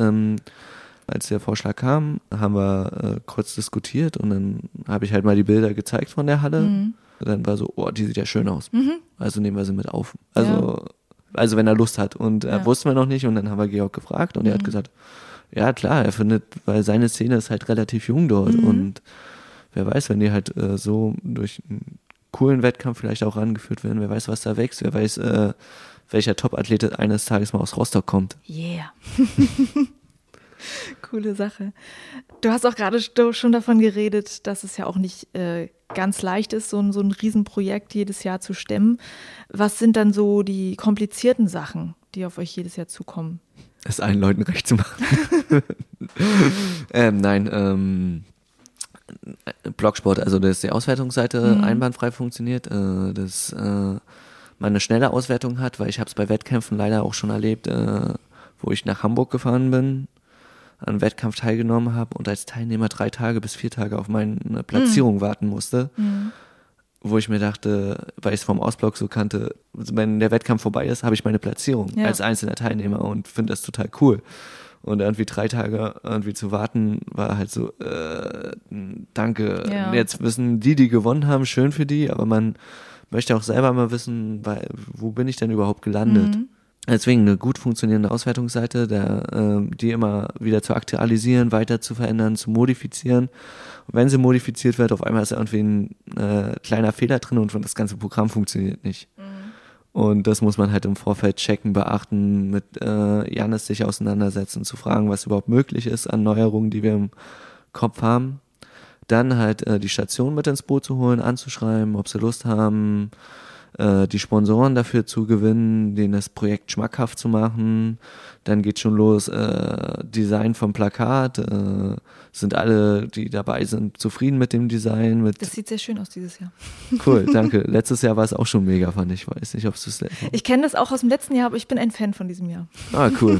als der Vorschlag kam, haben wir kurz diskutiert und dann habe ich halt mal die Bilder gezeigt von der Halle. Dann war so, oh, die sieht ja schön aus. Also nehmen wir sie mit auf. Also wenn er Lust hat. Und wussten wir noch nicht und dann haben wir Georg gefragt und er hat gesagt, ja klar, er findet, weil seine Szene ist halt relativ jung dort und wer weiß, wenn die halt so durch einen coolen Wettkampf vielleicht auch rangeführt werden, wer weiß, was da wächst, wer weiß, welcher Top-Athlet eines Tages mal aus Rostock kommt. Yeah. Coole Sache. Du hast auch gerade schon davon geredet, dass es ja auch nicht ganz leicht ist, so ein Riesenprojekt jedes Jahr zu stemmen. Was sind dann so die komplizierten Sachen, die auf euch jedes Jahr zukommen? Es allen Leuten recht zu machen. Nein, Blocksport, also dass die Auswertungsseite einwandfrei funktioniert, dass man eine schnelle Auswertung hat, weil ich habe es bei Wettkämpfen leider auch schon erlebt, wo ich nach Hamburg gefahren bin, an einem Wettkampf teilgenommen habe und als Teilnehmer 3 Tage bis 4 Tage auf meine Platzierung warten musste, wo ich mir dachte, weil ich es vom Ostblock so kannte, wenn der Wettkampf vorbei ist, habe ich meine Platzierung als einzelner Teilnehmer und finde das total cool. Und irgendwie 3 Tage irgendwie zu warten, war halt so, danke. Ja. Jetzt wissen die gewonnen haben, schön für die, aber man möchte auch selber mal wissen, wo bin ich denn überhaupt gelandet? Deswegen eine gut funktionierende Auswertungsseite, die immer wieder zu aktualisieren, weiter zu verändern, zu modifizieren. Und wenn sie modifiziert wird, auf einmal ist irgendwie ein kleiner Fehler drin und das ganze Programm funktioniert nicht. Und das muss man halt im Vorfeld checken, beachten, mit Janis sich auseinandersetzen, zu fragen, was überhaupt möglich ist an Neuerungen, die wir im Kopf haben. Dann halt die Station mit ins Boot zu holen, anzuschreiben, ob sie Lust haben, die Sponsoren dafür zu gewinnen, denen das Projekt schmackhaft zu machen. Dann geht schon los, Design vom Plakat. Sind alle, die dabei sind, zufrieden mit dem Design? Das sieht sehr schön aus dieses Jahr. Cool, danke. Letztes Jahr war es auch schon mega, fand ich. Weiß nicht, ob es das Ich kenne das auch aus dem letzten Jahr, aber ich bin ein Fan von diesem Jahr. Ah, cool.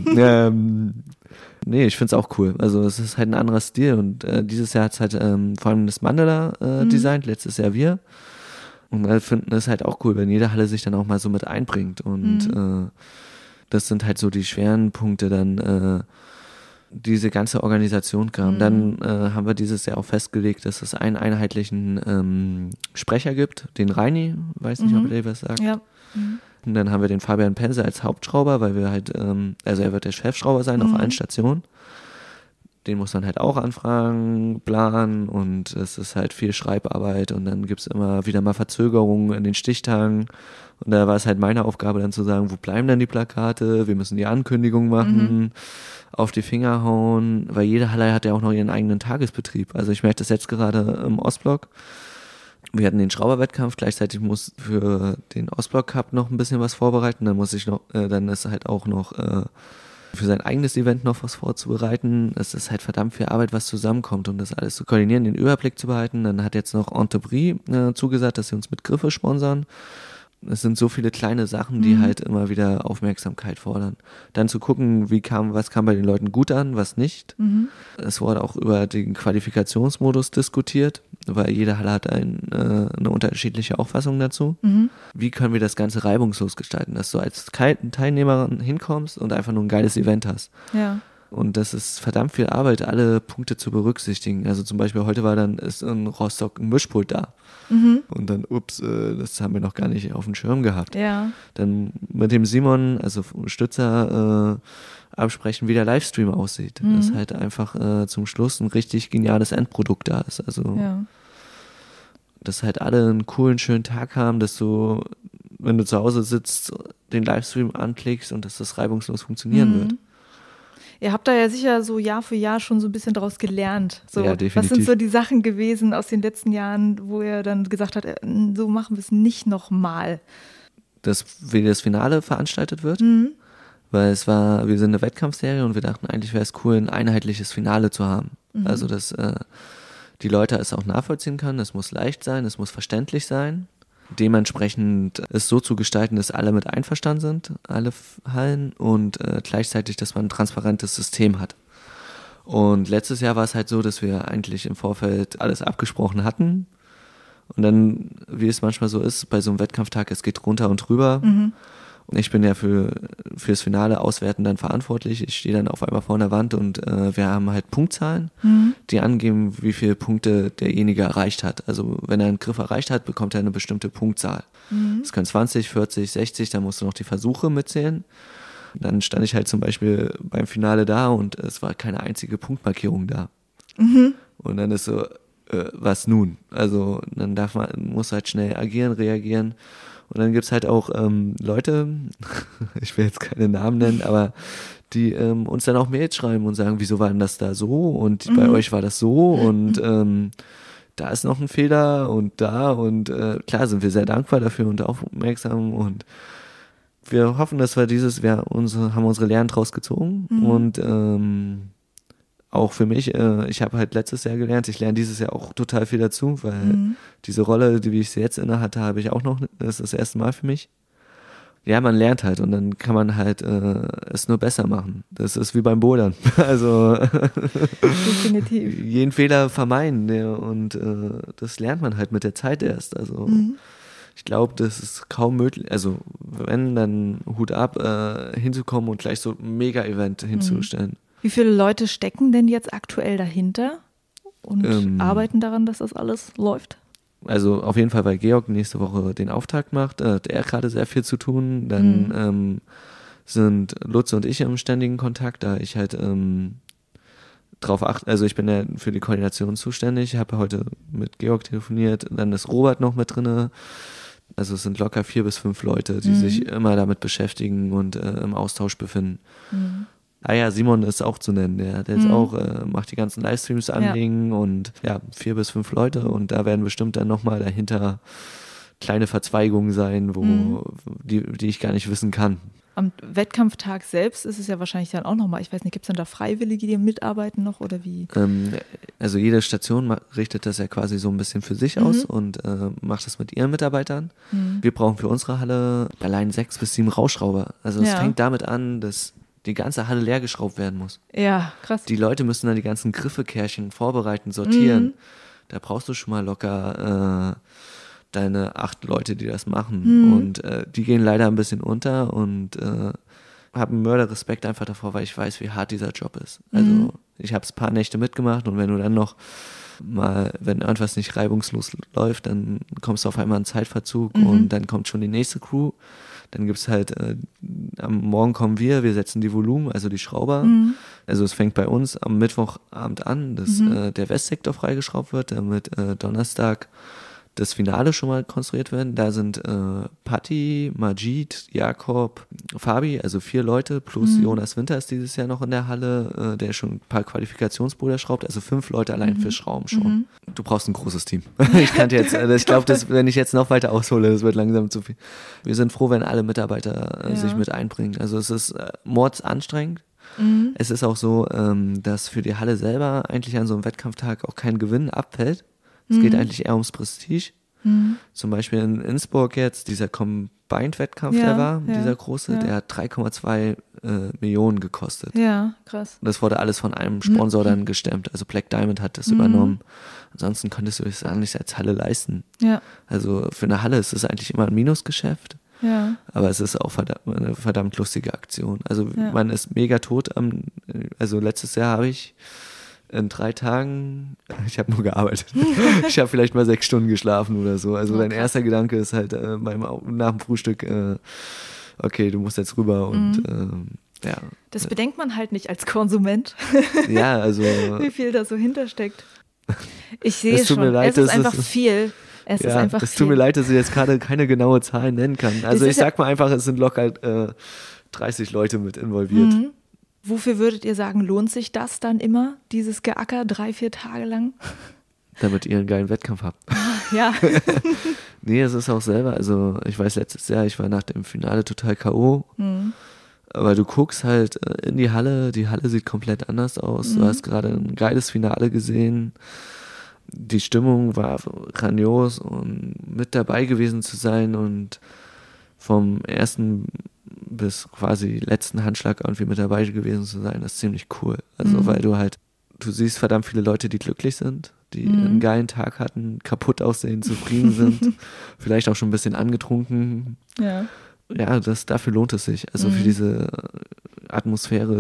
Nee, ich finde es auch cool. Also es ist halt ein anderer Stil und dieses Jahr hat es halt vor allem das Mandala designt, letztes Jahr wir. Und wir finden es halt auch cool, wenn jede Halle sich dann auch mal so mit einbringt. Und das sind halt so die schweren Punkte dann, diese ganze Organisation kam. Dann haben wir dieses Jahr auch festgelegt, dass es einen einheitlichen Sprecher gibt, den Reini, weiß nicht, ob er dir was sagt. Ja. Und dann haben wir den Fabian Pense als Hauptschrauber, weil wir halt, also er wird der Chefschrauber sein auf allen Stationen. Den muss man halt auch anfragen, planen und es ist halt viel Schreibarbeit und dann gibt es immer wieder mal Verzögerungen in den Stichtagen und da war es halt meine Aufgabe dann zu sagen, wo bleiben denn die Plakate, wir müssen die Ankündigung machen, auf die Finger hauen, weil jede Halle hat ja auch noch ihren eigenen Tagesbetrieb. Also ich merke das jetzt gerade im Ostblock. Wir hatten den Schrauberwettkampf, gleichzeitig muss für den Ostblock Cup noch ein bisschen was vorbereiten, dann muss ich noch, dann ist halt auch noch für sein eigenes Event noch was vorzubereiten. Es ist halt verdammt viel Arbeit, was zusammenkommt, um das alles zu koordinieren, den Überblick zu behalten. Dann hat jetzt noch Entebris zugesagt, dass sie uns mit Griffe sponsern. Es sind so viele kleine Sachen, die halt immer wieder Aufmerksamkeit fordern. Dann zu gucken, was kam bei den Leuten gut an, was nicht. Es wurde auch über den Qualifikationsmodus diskutiert, weil jede Halle hat eine unterschiedliche Auffassung dazu. Wie können wir das Ganze reibungslos gestalten, dass du als Teilnehmer hinkommst und einfach nur ein geiles Event hast. Ja. Und das ist verdammt viel Arbeit, alle Punkte zu berücksichtigen. Also zum Beispiel heute ist in Rostock ein Mischpult da. Und dann, das haben wir noch gar nicht auf dem Schirm gehabt. Ja. Dann mit dem Simon, also Stützer, absprechen, wie der Livestream aussieht. Dass halt einfach zum Schluss ein richtig geniales Endprodukt da ist. Also, dass halt alle einen coolen, schönen Tag haben, dass du, wenn du zu Hause sitzt, den Livestream anklickst und dass das reibungslos funktionieren wird. Ihr habt da ja sicher so Jahr für Jahr schon so ein bisschen draus gelernt. So, ja, definitiv. Was sind so die Sachen gewesen aus den letzten Jahren, wo er dann gesagt hat, so machen wir es nicht nochmal? Wie das Finale veranstaltet wird. Weil wir sind eine Wettkampfserie und wir dachten, eigentlich wäre es cool, ein einheitliches Finale zu haben. Also, dass die Leute es auch nachvollziehen können. Es muss leicht sein, es muss verständlich sein. Dementsprechend es so zu gestalten, dass alle mit einverstanden sind, alle Hallen und gleichzeitig, dass man ein transparentes System hat. Und letztes Jahr war es halt so, dass wir eigentlich im Vorfeld alles abgesprochen hatten und dann, wie es manchmal so ist, bei so einem Wettkampftag, es geht runter und drüber. Und ich bin ja fürs Finale Auswerten dann verantwortlich. Ich stehe dann auf einmal vor der Wand und wir haben halt Punktzahlen, die angeben, wie viele Punkte derjenige erreicht hat. Also wenn er einen Griff erreicht hat, bekommt er eine bestimmte Punktzahl. Es können 20, 40, 60, dann musst du noch die Versuche mitzählen. Dann stand ich halt zum Beispiel beim Finale da und es war keine einzige Punktmarkierung da. Und dann ist so, was nun? Also dann muss halt schnell agieren, reagieren. Und dann gibt's halt auch Leute, ich will jetzt keine Namen nennen, aber die uns dann auch Mails schreiben und sagen, wieso war denn das da so und bei euch war das so und da ist noch ein Fehler und da und klar sind wir sehr dankbar dafür und aufmerksam und wir hoffen, dass wir haben unsere Lehren draus gezogen und auch für mich, ich habe halt letztes Jahr gelernt, ich lerne dieses Jahr auch total viel dazu, weil diese Rolle, wie ich sie jetzt inne hatte, habe ich auch noch, das ist das erste Mal für mich. Ja, man lernt halt und dann kann man halt es nur besser machen. Das ist wie beim Bouldern. Also definitiv jeden Fehler vermeiden und das lernt man halt mit der Zeit erst. Also ich glaube, das ist kaum möglich, also wenn, dann Hut ab, hinzukommen und gleich so ein Mega-Event hinzustellen. Wie viele Leute stecken denn jetzt aktuell dahinter und arbeiten daran, dass das alles läuft? Also auf jeden Fall, weil Georg nächste Woche den Auftakt macht, hat er gerade sehr viel zu tun. Dann sind Lutz und ich im ständigen Kontakt, da ich halt drauf achte, also ich bin ja für die Koordination zuständig, ich habe heute mit Georg telefoniert, dann ist Robert noch mit drinne. Also es sind locker 4 bis 5 Leute, die sich immer damit beschäftigen und im Austausch befinden. Ah ja, Simon ist auch zu nennen, der hat jetzt auch, macht die ganzen Livestreams anlegen und ja, 4 bis 5 Leute und da werden bestimmt dann nochmal dahinter kleine Verzweigungen sein, die ich gar nicht wissen kann. Am Wettkampftag selbst ist es ja wahrscheinlich dann auch nochmal, ich weiß nicht, gibt es dann da Freiwillige, die mitarbeiten noch oder wie? Also jede Station richtet das ja quasi so ein bisschen für sich aus und macht das mit ihren Mitarbeitern. Wir brauchen für unsere Halle allein 6 bis 7 Rauschrauber. Also es fängt damit an, dass die ganze Halle leer geschraubt werden muss. Ja, krass. Die Leute müssen dann die ganzen Griffekärchen vorbereiten, sortieren. Da brauchst du schon mal locker deine 8 Leute, die das machen. Und die gehen leider ein bisschen unter und habe Mörderrespekt einfach davor, weil ich weiß, wie hart dieser Job ist. Also ich habe es ein paar Nächte mitgemacht und wenn du dann noch mal, wenn irgendwas nicht reibungslos läuft, dann kommst du auf einmal in Zeitverzug und dann kommt schon die nächste Crew. Dann gibt es halt, am Morgen kommen wir setzen die Volumen, also die Schrauber. Also es fängt bei uns am Mittwochabend an, dass der Westsektor freigeschraubt wird, damit Donnerstag das Finale schon mal konstruiert werden. Da sind Patti, Majid, Jakob, Fabi, also 4 Leute, plus Jonas Winter ist dieses Jahr noch in der Halle, der schon ein paar Qualifikationsbruder schraubt, also 5 Leute allein für Schrauben schon. Du brauchst ein großes Team. Ich glaube, wenn ich jetzt noch weiter aushole, das wird langsam zu viel. Wir sind froh, wenn alle Mitarbeiter sich mit einbringen. Also es ist mordsanstrengend. Es ist auch so, dass für die Halle selber eigentlich an so einem Wettkampftag auch kein Gewinn abfällt. Es geht eigentlich eher ums Prestige. Zum Beispiel in Innsbruck jetzt, dieser Combined-Wettkampf, der war, dieser große, der hat 3,2 Millionen gekostet. Ja, krass. Das wurde alles von einem Sponsor dann gestemmt. Also Black Diamond hat das übernommen. Ansonsten konntest du es nicht als Halle leisten. Ja. Also für eine Halle ist es eigentlich immer ein Minusgeschäft. Ja. Aber es ist auch eine verdammt lustige Aktion. Also man ist mega tot. Also letztes Jahr habe ich in 3 Tagen, ich habe nur gearbeitet. Ich habe vielleicht mal 6 Stunden geschlafen oder so. Also dein erster Gedanke ist halt nach dem Frühstück, okay, du musst jetzt rüber und ja. Das bedenkt man halt nicht als Konsument. Ja, also. Wie viel da so hintersteckt. Ich sehe es schon. Es ist einfach viel. Es tut mir leid, dass ich jetzt gerade keine genaue Zahl nennen kann. Also ich sag mal einfach, es sind locker 30 Leute mit involviert. Wofür würdet ihr sagen, lohnt sich das dann immer, dieses Geacker 3-4 Tage lang? Damit ihr einen geilen Wettkampf habt. Ja. Nee, es ist auch selber, also ich weiß, letztes Jahr, ich war nach dem Finale total K.O., aber du guckst halt in die Halle sieht komplett anders aus, du hast gerade ein geiles Finale gesehen, die Stimmung war grandios und mit dabei gewesen zu sein und vom ersten bis quasi letzten Handschlag irgendwie mit dabei gewesen zu sein, das ist ziemlich cool. Also weil du siehst verdammt viele Leute, die glücklich sind, die einen geilen Tag hatten, kaputt aussehen, zufrieden sind, vielleicht auch schon ein bisschen angetrunken. Ja. Ja, dafür lohnt es sich. Also für diese Atmosphäre,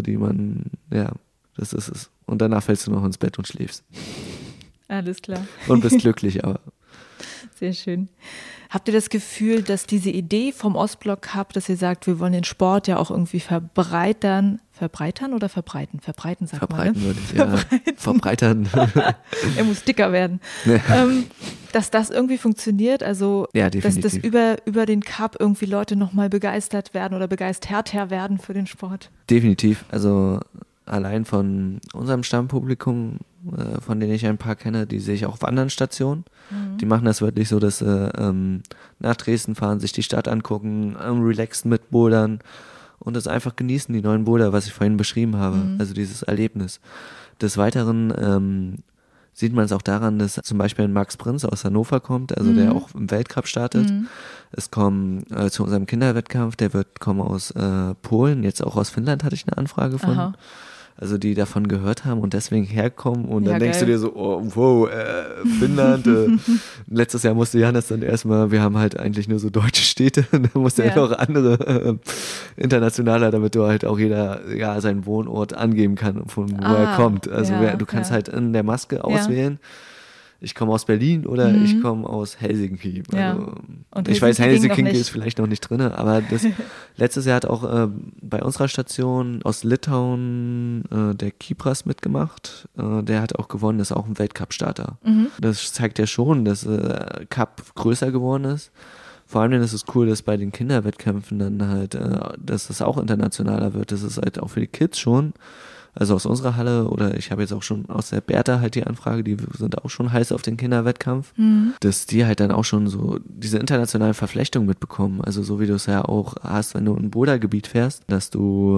das ist es. Und danach fällst du noch ins Bett und schläfst. Alles klar. Und bist glücklich, aber. Sehr schön. Habt ihr das Gefühl, dass diese Idee vom Ostblock Cup, dass ihr sagt, wir wollen den Sport ja auch irgendwie verbreitern oder verbreiten? Verbreiten, sagt verbreiten man, ne? Würde ich, ja. Verbreitern. Er muss dicker werden. Nee. Dass das irgendwie funktioniert, also ja, dass das über den Cup irgendwie Leute nochmal begeistert werden oder begeisterter werden für den Sport? Definitiv, also allein von unserem Stammpublikum, von denen ich ein paar kenne, die sehe ich auch auf anderen Stationen. Die machen das wirklich so, dass sie nach Dresden fahren, sich die Stadt angucken, relaxen mit Bouldern und das einfach genießen, die neuen Boulder, was ich vorhin beschrieben habe, also dieses Erlebnis. Des Weiteren sieht man es auch daran, dass zum Beispiel ein Max Prinz aus Hannover kommt, also der auch im Weltcup startet. Es kommen zu unserem Kinderwettkampf, der wird kommen aus Polen, jetzt auch aus Finnland hatte ich eine Anfrage von. Aha. Also die davon gehört haben und deswegen herkommen und dann denkst du dir so, oh, wow, Finnland. Letztes Jahr musste Janis dann erstmal, wir haben halt eigentlich nur so deutsche Städte, dann musste er noch andere internationaler, damit du halt auch jeder seinen Wohnort angeben kann, von wo er kommt. Also du kannst halt in der Maske auswählen, ich komme aus Berlin oder ich komme aus Helsinki. Also, und ich weiß, Helsinki ist vielleicht noch nicht drin, aber letztes Jahr hat auch bei unserer Station aus Litauen der Kipras mitgemacht. Der hat auch gewonnen, ist auch ein Weltcup-Starter. Das zeigt ja schon, dass Cup größer geworden ist. Vor allem ist es cool, dass bei den Kinderwettkämpfen dann halt, dass das auch internationaler wird. Das ist halt auch für die Kids schon. Also aus unserer Halle oder ich habe jetzt auch schon aus der Bertha halt die Anfrage, die sind auch schon heiß auf den Kinderwettkampf, dass die halt dann auch schon so diese internationalen Verflechtungen mitbekommen. Also so wie du es ja auch hast, wenn du in ein Bouldergebiet fährst, dass du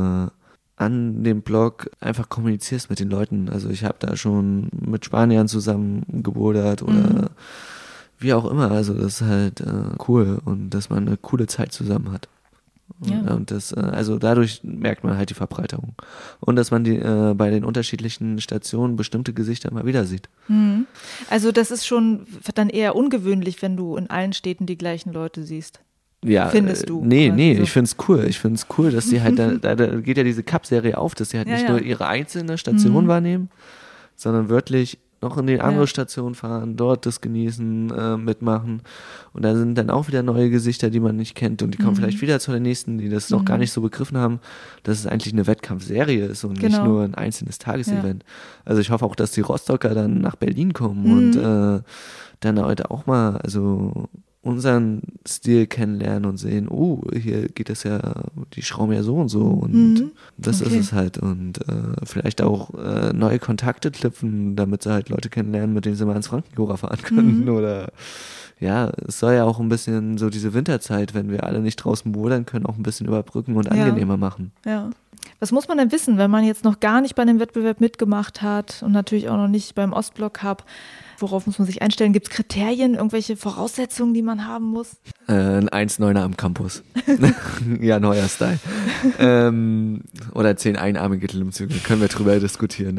an dem Blog einfach kommunizierst mit den Leuten. Also ich habe da schon mit Spaniern zusammen gebouldert oder wie auch immer. Also das ist halt cool und dass man eine coole Zeit zusammen hat. Ja. Und das, also dadurch merkt man halt die Verbreiterung. Und dass man bei den unterschiedlichen Stationen bestimmte Gesichter mal wieder sieht. Also das ist schon dann eher ungewöhnlich, wenn du in allen Städten die gleichen Leute siehst. Ja, findest du? Nee, so. Ich finde es cool. Ich finde es cool, dass sie halt, da geht ja diese Cup-Serie auf, dass sie halt nicht nur ihre einzelne Station wahrnehmen, sondern wirklich noch in die andere Station fahren, dort das genießen, mitmachen. Und da sind dann auch wieder neue Gesichter, die man nicht kennt und die kommen vielleicht wieder zu der nächsten, die das noch gar nicht so begriffen haben, dass es eigentlich eine Wettkampfserie ist und nicht nur ein einzelnes Tagesevent. Also ich hoffe auch, dass die Rostocker dann nach Berlin kommen und dann heute auch mal unseren Stil kennenlernen und sehen, oh, hier geht es ja, die schrauben ja so und so und das ist es halt und vielleicht auch neue Kontakte knüpfen, damit sie halt Leute kennenlernen, mit denen sie mal ins Frankenjura fahren können oder ja, es soll ja auch ein bisschen so diese Winterzeit, wenn wir alle nicht draußen bouldern können, auch ein bisschen überbrücken und angenehmer machen. Ja. Was muss man denn wissen, wenn man jetzt noch gar nicht bei einem Wettbewerb mitgemacht hat und natürlich auch noch nicht beim Ostblock Cup? Worauf muss man sich einstellen? Gibt es Kriterien, irgendwelche Voraussetzungen, die man haben muss? Ein 1,9er am Campus. Ja, neuer Style. Oder 10 einarmige Klimmzüge. Können wir drüber diskutieren.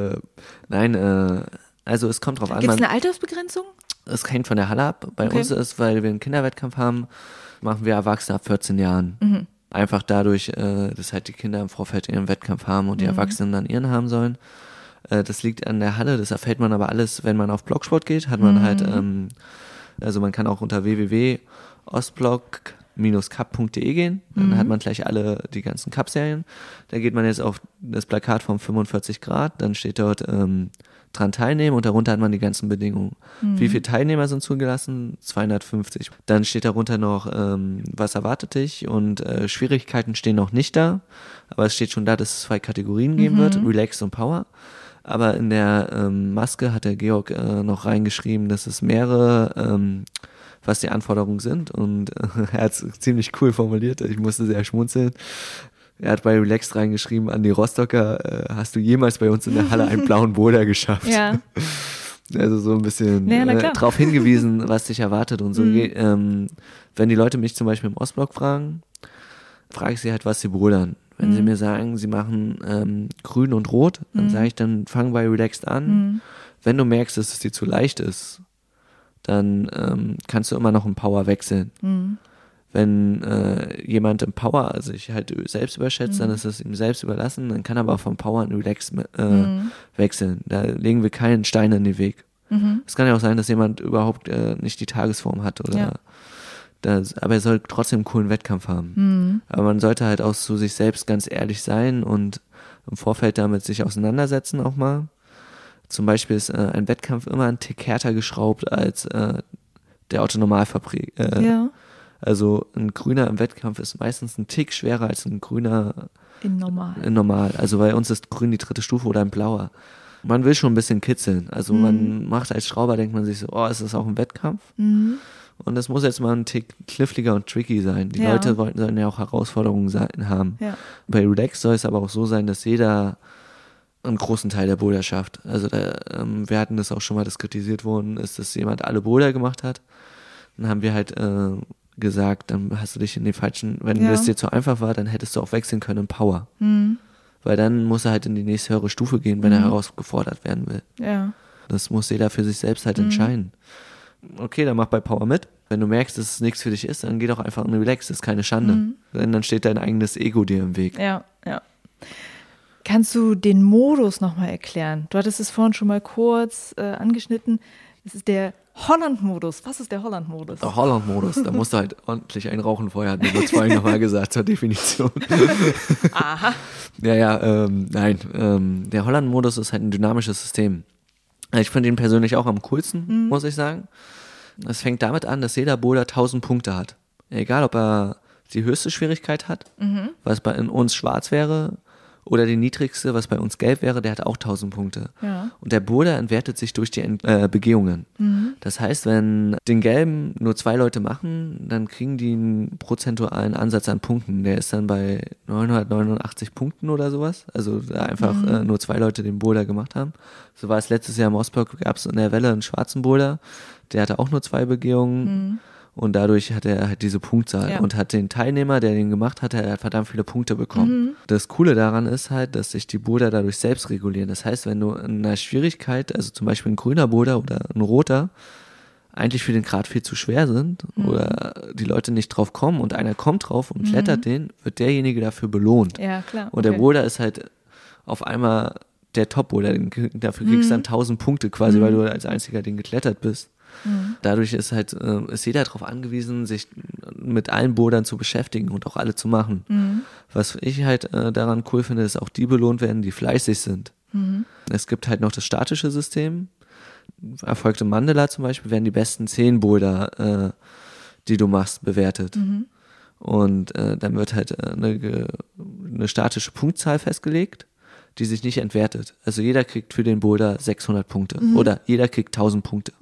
Also es kommt drauf an. Gibt es eine Altersbegrenzung? Es hängt von der Halle ab. Bei uns ist, weil wir einen Kinderwettkampf haben, machen wir Erwachsene ab 14 Jahren. Einfach dadurch, dass halt die Kinder im Vorfeld ihren Wettkampf haben und die Erwachsenen dann ihren haben sollen. Das liegt an der Halle, das erfährt man aber alles, wenn man auf Blogsport geht, hat man halt, also man kann auch unter www.ostblog-cup.de gehen, dann hat man gleich die ganzen Cup-Serien. Da geht man jetzt auf das Plakat vom 45 Grad, dann steht dort dran teilnehmen und darunter hat man die ganzen Bedingungen. Wie viele Teilnehmer sind zugelassen? 250. Dann steht darunter noch, was erwartet dich und Schwierigkeiten stehen noch nicht da, aber es steht schon da, dass es 2 Kategorien geben wird, Relax und Power. Aber in der Maske hat der Georg noch reingeschrieben, dass es mehrere, was die Anforderungen sind und er hat es ziemlich cool formuliert, ich musste sehr schmunzeln. Er hat bei Relaxed reingeschrieben, an die Rostocker, hast du jemals bei uns in der Halle einen blauen Boulder geschafft? Ja. Also so ein bisschen drauf hingewiesen, was dich erwartet und so. Wenn die Leute mich zum Beispiel im Ostblock fragen, frage ich sie halt, was sie bouldern. Wenn sie mir sagen, sie machen grün und rot, dann sage ich, dann fang bei Relaxed an. Wenn du merkst, dass es dir zu leicht ist, dann kannst du immer noch im Power wechseln. Wenn jemand im Power sich halt selbst überschätzt, dann ist es ihm selbst überlassen, dann kann er aber vom Power in Relax wechseln. Da legen wir keinen Stein in den Weg. Es kann ja auch sein, dass jemand überhaupt nicht die Tagesform hat oder aber er soll trotzdem einen coolen Wettkampf haben. Aber man sollte halt auch zu sich selbst ganz ehrlich sein und im Vorfeld damit sich auseinandersetzen auch mal. Zum Beispiel ist ein Wettkampf immer ein Tick härter geschraubt als der Otto-Normalfabrik. Also ein Grüner im Wettkampf ist meistens ein Tick schwerer als ein Grüner in Normal. Also bei uns ist Grün die 3. Stufe oder ein Blauer. Man will schon ein bisschen kitzeln. Also man macht als Schrauber, denkt man sich so, ist das auch ein Wettkampf? Und das muss jetzt mal ein Tick kniffliger und tricky sein. Die Leute sollen ja auch Herausforderungen haben. Ja. Bei Relax soll es aber auch so sein, dass jeder einen großen Teil der Boulder schafft. Also wir hatten das auch schon mal, das kritisiert worden ist, dass jemand alle Boulder gemacht hat. Dann haben wir halt gesagt, dann hast du dich in den falschen, wenn das dir zu einfach war, dann hättest du auch wechseln können in Power. Weil dann muss er halt in die nächste höhere Stufe gehen, wenn er herausgefordert werden will. Ja. Das muss jeder für sich selbst halt entscheiden. Okay, dann mach bei Power mit. Wenn du merkst, dass es nichts für dich ist, dann geh doch einfach in Relax, das ist keine Schande. Denn dann steht dein eigenes Ego dir im Weg. Ja. Kannst du den Modus nochmal erklären? Du hattest es vorhin schon mal kurz angeschnitten. Das ist der Holland-Modus. Was ist der Holland-Modus? Der Holland-Modus, da musst du halt ordentlich einen rauchen vorher, hat mir das vorhin nochmal gesagt zur Definition. Aha. Nein. Der Holland-Modus ist halt ein dynamisches System. Ich finde ihn persönlich auch am coolsten, muss ich sagen. Es fängt damit an, dass jeder Boulder 1000 Punkte hat. Egal, ob er die höchste Schwierigkeit hat, was bei uns schwarz wäre, oder die niedrigste, was bei uns gelb wäre, der hat auch 1000 Punkte. Ja. Und der Boulder entwertet sich durch die Begehungen. Das heißt, wenn den gelben nur 2 Leute machen, dann kriegen die einen prozentualen Ansatz an Punkten. Der ist dann bei 989 Punkten oder sowas. Also da einfach nur 2 Leute den Boulder gemacht haben. So war es letztes Jahr im Ostblock, gab es in der Welle einen schwarzen Boulder. Der hatte auch nur 2 Begehungen. Und dadurch hat er halt diese Punktzahl und hat den Teilnehmer, der den gemacht hat, er hat verdammt viele Punkte bekommen. Das Coole daran ist halt, dass sich die Boulder dadurch selbst regulieren. Das heißt, wenn du in einer Schwierigkeit, also zum Beispiel ein grüner Boulder oder ein roter, eigentlich für den Grad viel zu schwer sind oder die Leute nicht drauf kommen und einer kommt drauf und klettert den, wird derjenige dafür belohnt. Ja, klar. Und der Boulder ist halt auf einmal der Top-Boulder, dafür kriegst du dann 1000 Punkte quasi, weil du als einziger den geklettert bist. Dadurch ist jeder darauf angewiesen, sich mit allen Bouldern zu beschäftigen und auch alle zu machen. Was ich halt daran cool finde, ist auch die belohnt werden, die fleißig sind. Es gibt halt noch das statische System. Erfolgt im Mandela zum Beispiel werden die besten 10 Boulder, die du machst, bewertet. Und dann wird halt eine statische Punktzahl festgelegt, die sich nicht entwertet. Also jeder kriegt für den Boulder 600 Punkte oder jeder kriegt 1000 Punkte.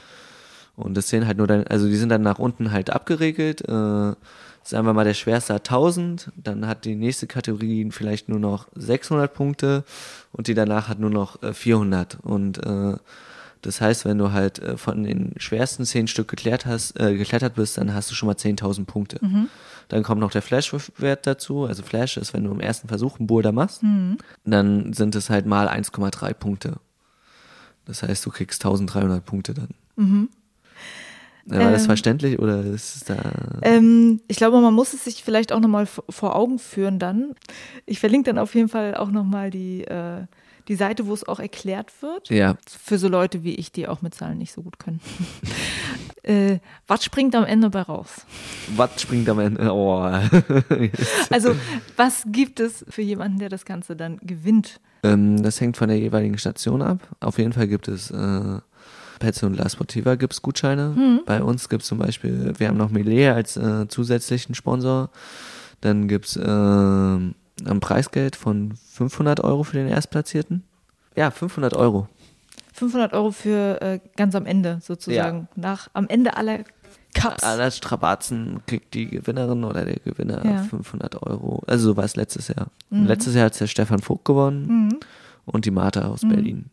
Und das zählen halt nur also die sind dann nach unten halt abgeregelt. Sagen wir mal, der schwerste hat 1000, dann hat die nächste Kategorie vielleicht nur noch 600 Punkte und die danach hat nur noch 400. Und das heißt, wenn du halt von den schwersten 10 Stück geklettert bist, dann hast du schon mal 10.000 Punkte. Dann kommt noch der Flash-Wert dazu. Also Flash ist, wenn du im ersten Versuch einen Boulder machst, dann sind es halt mal 1,3 Punkte. Das heißt, du kriegst 1300 Punkte dann. War das verständlich oder ist es da? Ich glaube, man muss es sich vielleicht auch nochmal vor Augen führen dann. Ich verlinke dann auf jeden Fall auch nochmal die Seite, wo es auch erklärt wird. Ja. Für so Leute wie ich, die auch mit Zahlen nicht so gut können. Was springt am Ende bei raus? Was springt am Ende? Oh. Also, was gibt es für jemanden, der das Ganze dann gewinnt? Das hängt von der jeweiligen Station ab. Auf jeden Fall gibt es Petze und La Sportiva gibt es Gutscheine. Bei uns gibt es zum Beispiel, wir haben noch Melee als zusätzlichen Sponsor. Dann gibt es ein Preisgeld von 500 € für den Erstplatzierten. Ja, 500 €. 500 € für ganz am Ende sozusagen. Ja. Am Ende aller Cups. Aller Strapazen kriegt die Gewinnerin oder der Gewinner 500 €. Also so war es letztes Jahr. Letztes Jahr hat der Stefan Vogt gewonnen und die Martha aus Berlin.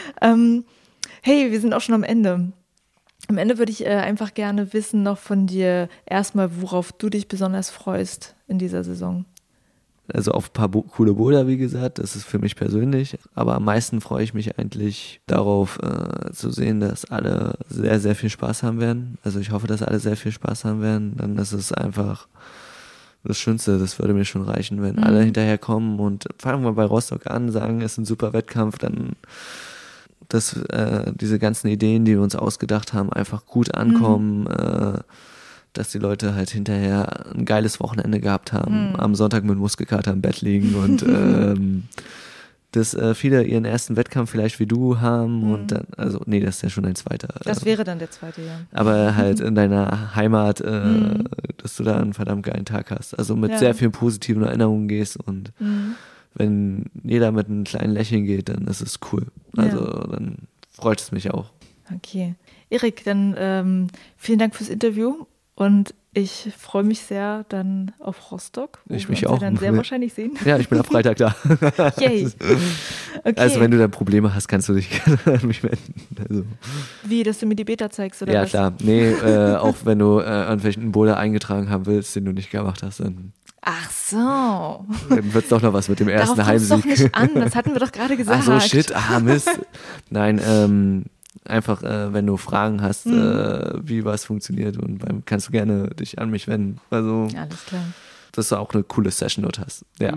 Hey, wir sind auch schon am Ende. Am Ende würde ich einfach gerne wissen noch von dir erstmal, worauf du dich besonders freust in dieser Saison. Also auf ein paar coole Boulder, wie gesagt, das ist für mich persönlich. Aber am meisten freue ich mich eigentlich darauf zu sehen, dass alle sehr, sehr viel Spaß haben werden. Also ich hoffe, dass alle sehr viel Spaß haben werden. Dann ist es einfach das Schönste, das würde mir schon reichen, wenn alle hinterher kommen und fangen wir bei Rostock an, sagen, es ist ein super Wettkampf, dann dass diese ganzen Ideen, die wir uns ausgedacht haben, einfach gut ankommen, dass die Leute halt hinterher ein geiles Wochenende gehabt haben, am Sonntag mit Muskelkater im Bett liegen und dass viele ihren ersten Wettkampf vielleicht wie du haben und dann, also nee, das ist ja schon ein zweiter. Das wäre dann der zweite, ja. Aber halt in deiner Heimat, dass du da einen verdammt geilen Tag hast. Also mit sehr vielen positiven Erinnerungen gehst und wenn jeder mit einem kleinen Lächeln geht, dann ist es cool. Also dann freut es mich auch. Okay. Erik, dann vielen Dank fürs Interview und ich freue mich sehr dann auf Rostock. Ich mich auch. Dann sehr wahrscheinlich sehen. Ja, ich bin am Freitag da. Yay. Okay. Also wenn du da Probleme hast, kannst du dich gerne an mich wenden. Also. Wie, dass du mir die Beta zeigst oder ja, was? Ja, klar. Nee, auch wenn du irgendwelchen Boulder eingetragen haben willst, den du nicht gemacht hast, dann... Ach so. Dann wird es doch noch was mit dem ersten Heimsieg. Darauf kommst doch nicht an, das hatten wir doch gerade gesagt. Ach so, shit, Mist. Nein, einfach, wenn du Fragen hast, wie was funktioniert und kannst du gerne dich an mich wenden. Also, alles klar. Dass du auch eine coole Session dort hast. Ja.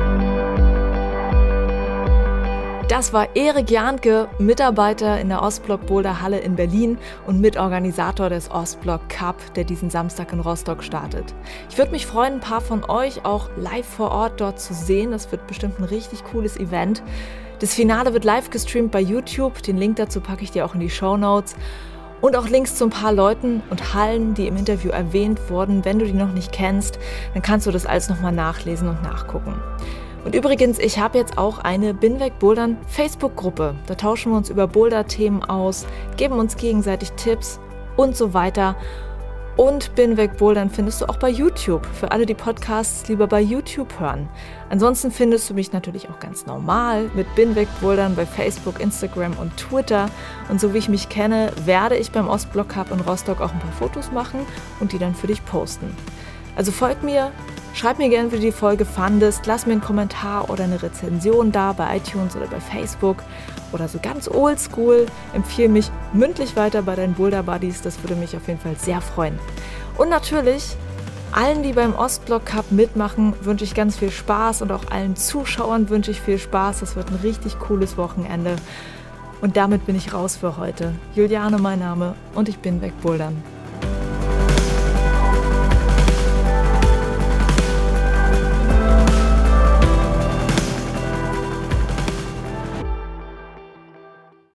Das war Erik Jahnke, Mitarbeiter in der Ostblock Boulder Halle in Berlin und Mitorganisator des Ostblock Cup, der diesen Samstag in Rostock startet. Ich würde mich freuen, ein paar von euch auch live vor Ort dort zu sehen. Das wird bestimmt ein richtig cooles Event. Das Finale wird live gestreamt bei YouTube. Den Link dazu packe ich dir auch in die Shownotes. Und auch Links zu ein paar Leuten und Hallen, die im Interview erwähnt wurden. Wenn du die noch nicht kennst, dann kannst du das alles nochmal nachlesen und nachgucken. Und übrigens, ich habe jetzt auch eine Binweg Bouldern Facebook-Gruppe. Da tauschen wir uns über Boulder-Themen aus, geben uns gegenseitig Tipps und so weiter. Und Binweg Bouldern findest du auch bei YouTube. Für alle, die Podcasts lieber bei YouTube hören. Ansonsten findest du mich natürlich auch ganz normal mit Binweg Bouldern bei Facebook, Instagram und Twitter. Und so wie ich mich kenne, werde ich beim Ostblock Cup in Rostock auch ein paar Fotos machen und die dann für dich posten. Also folg mir, schreib mir gerne, wie du die Folge fandest, lass mir einen Kommentar oder eine Rezension da bei iTunes oder bei Facebook oder so ganz oldschool, empfehle mich mündlich weiter bei deinen Boulder Buddies, das würde mich auf jeden Fall sehr freuen. Und natürlich, allen, die beim Ostblock Cup mitmachen, wünsche ich ganz viel Spaß und auch allen Zuschauern wünsche ich viel Spaß, das wird ein richtig cooles Wochenende. Und damit bin ich raus für heute. Juliane mein Name und ich bin weg Bouldern.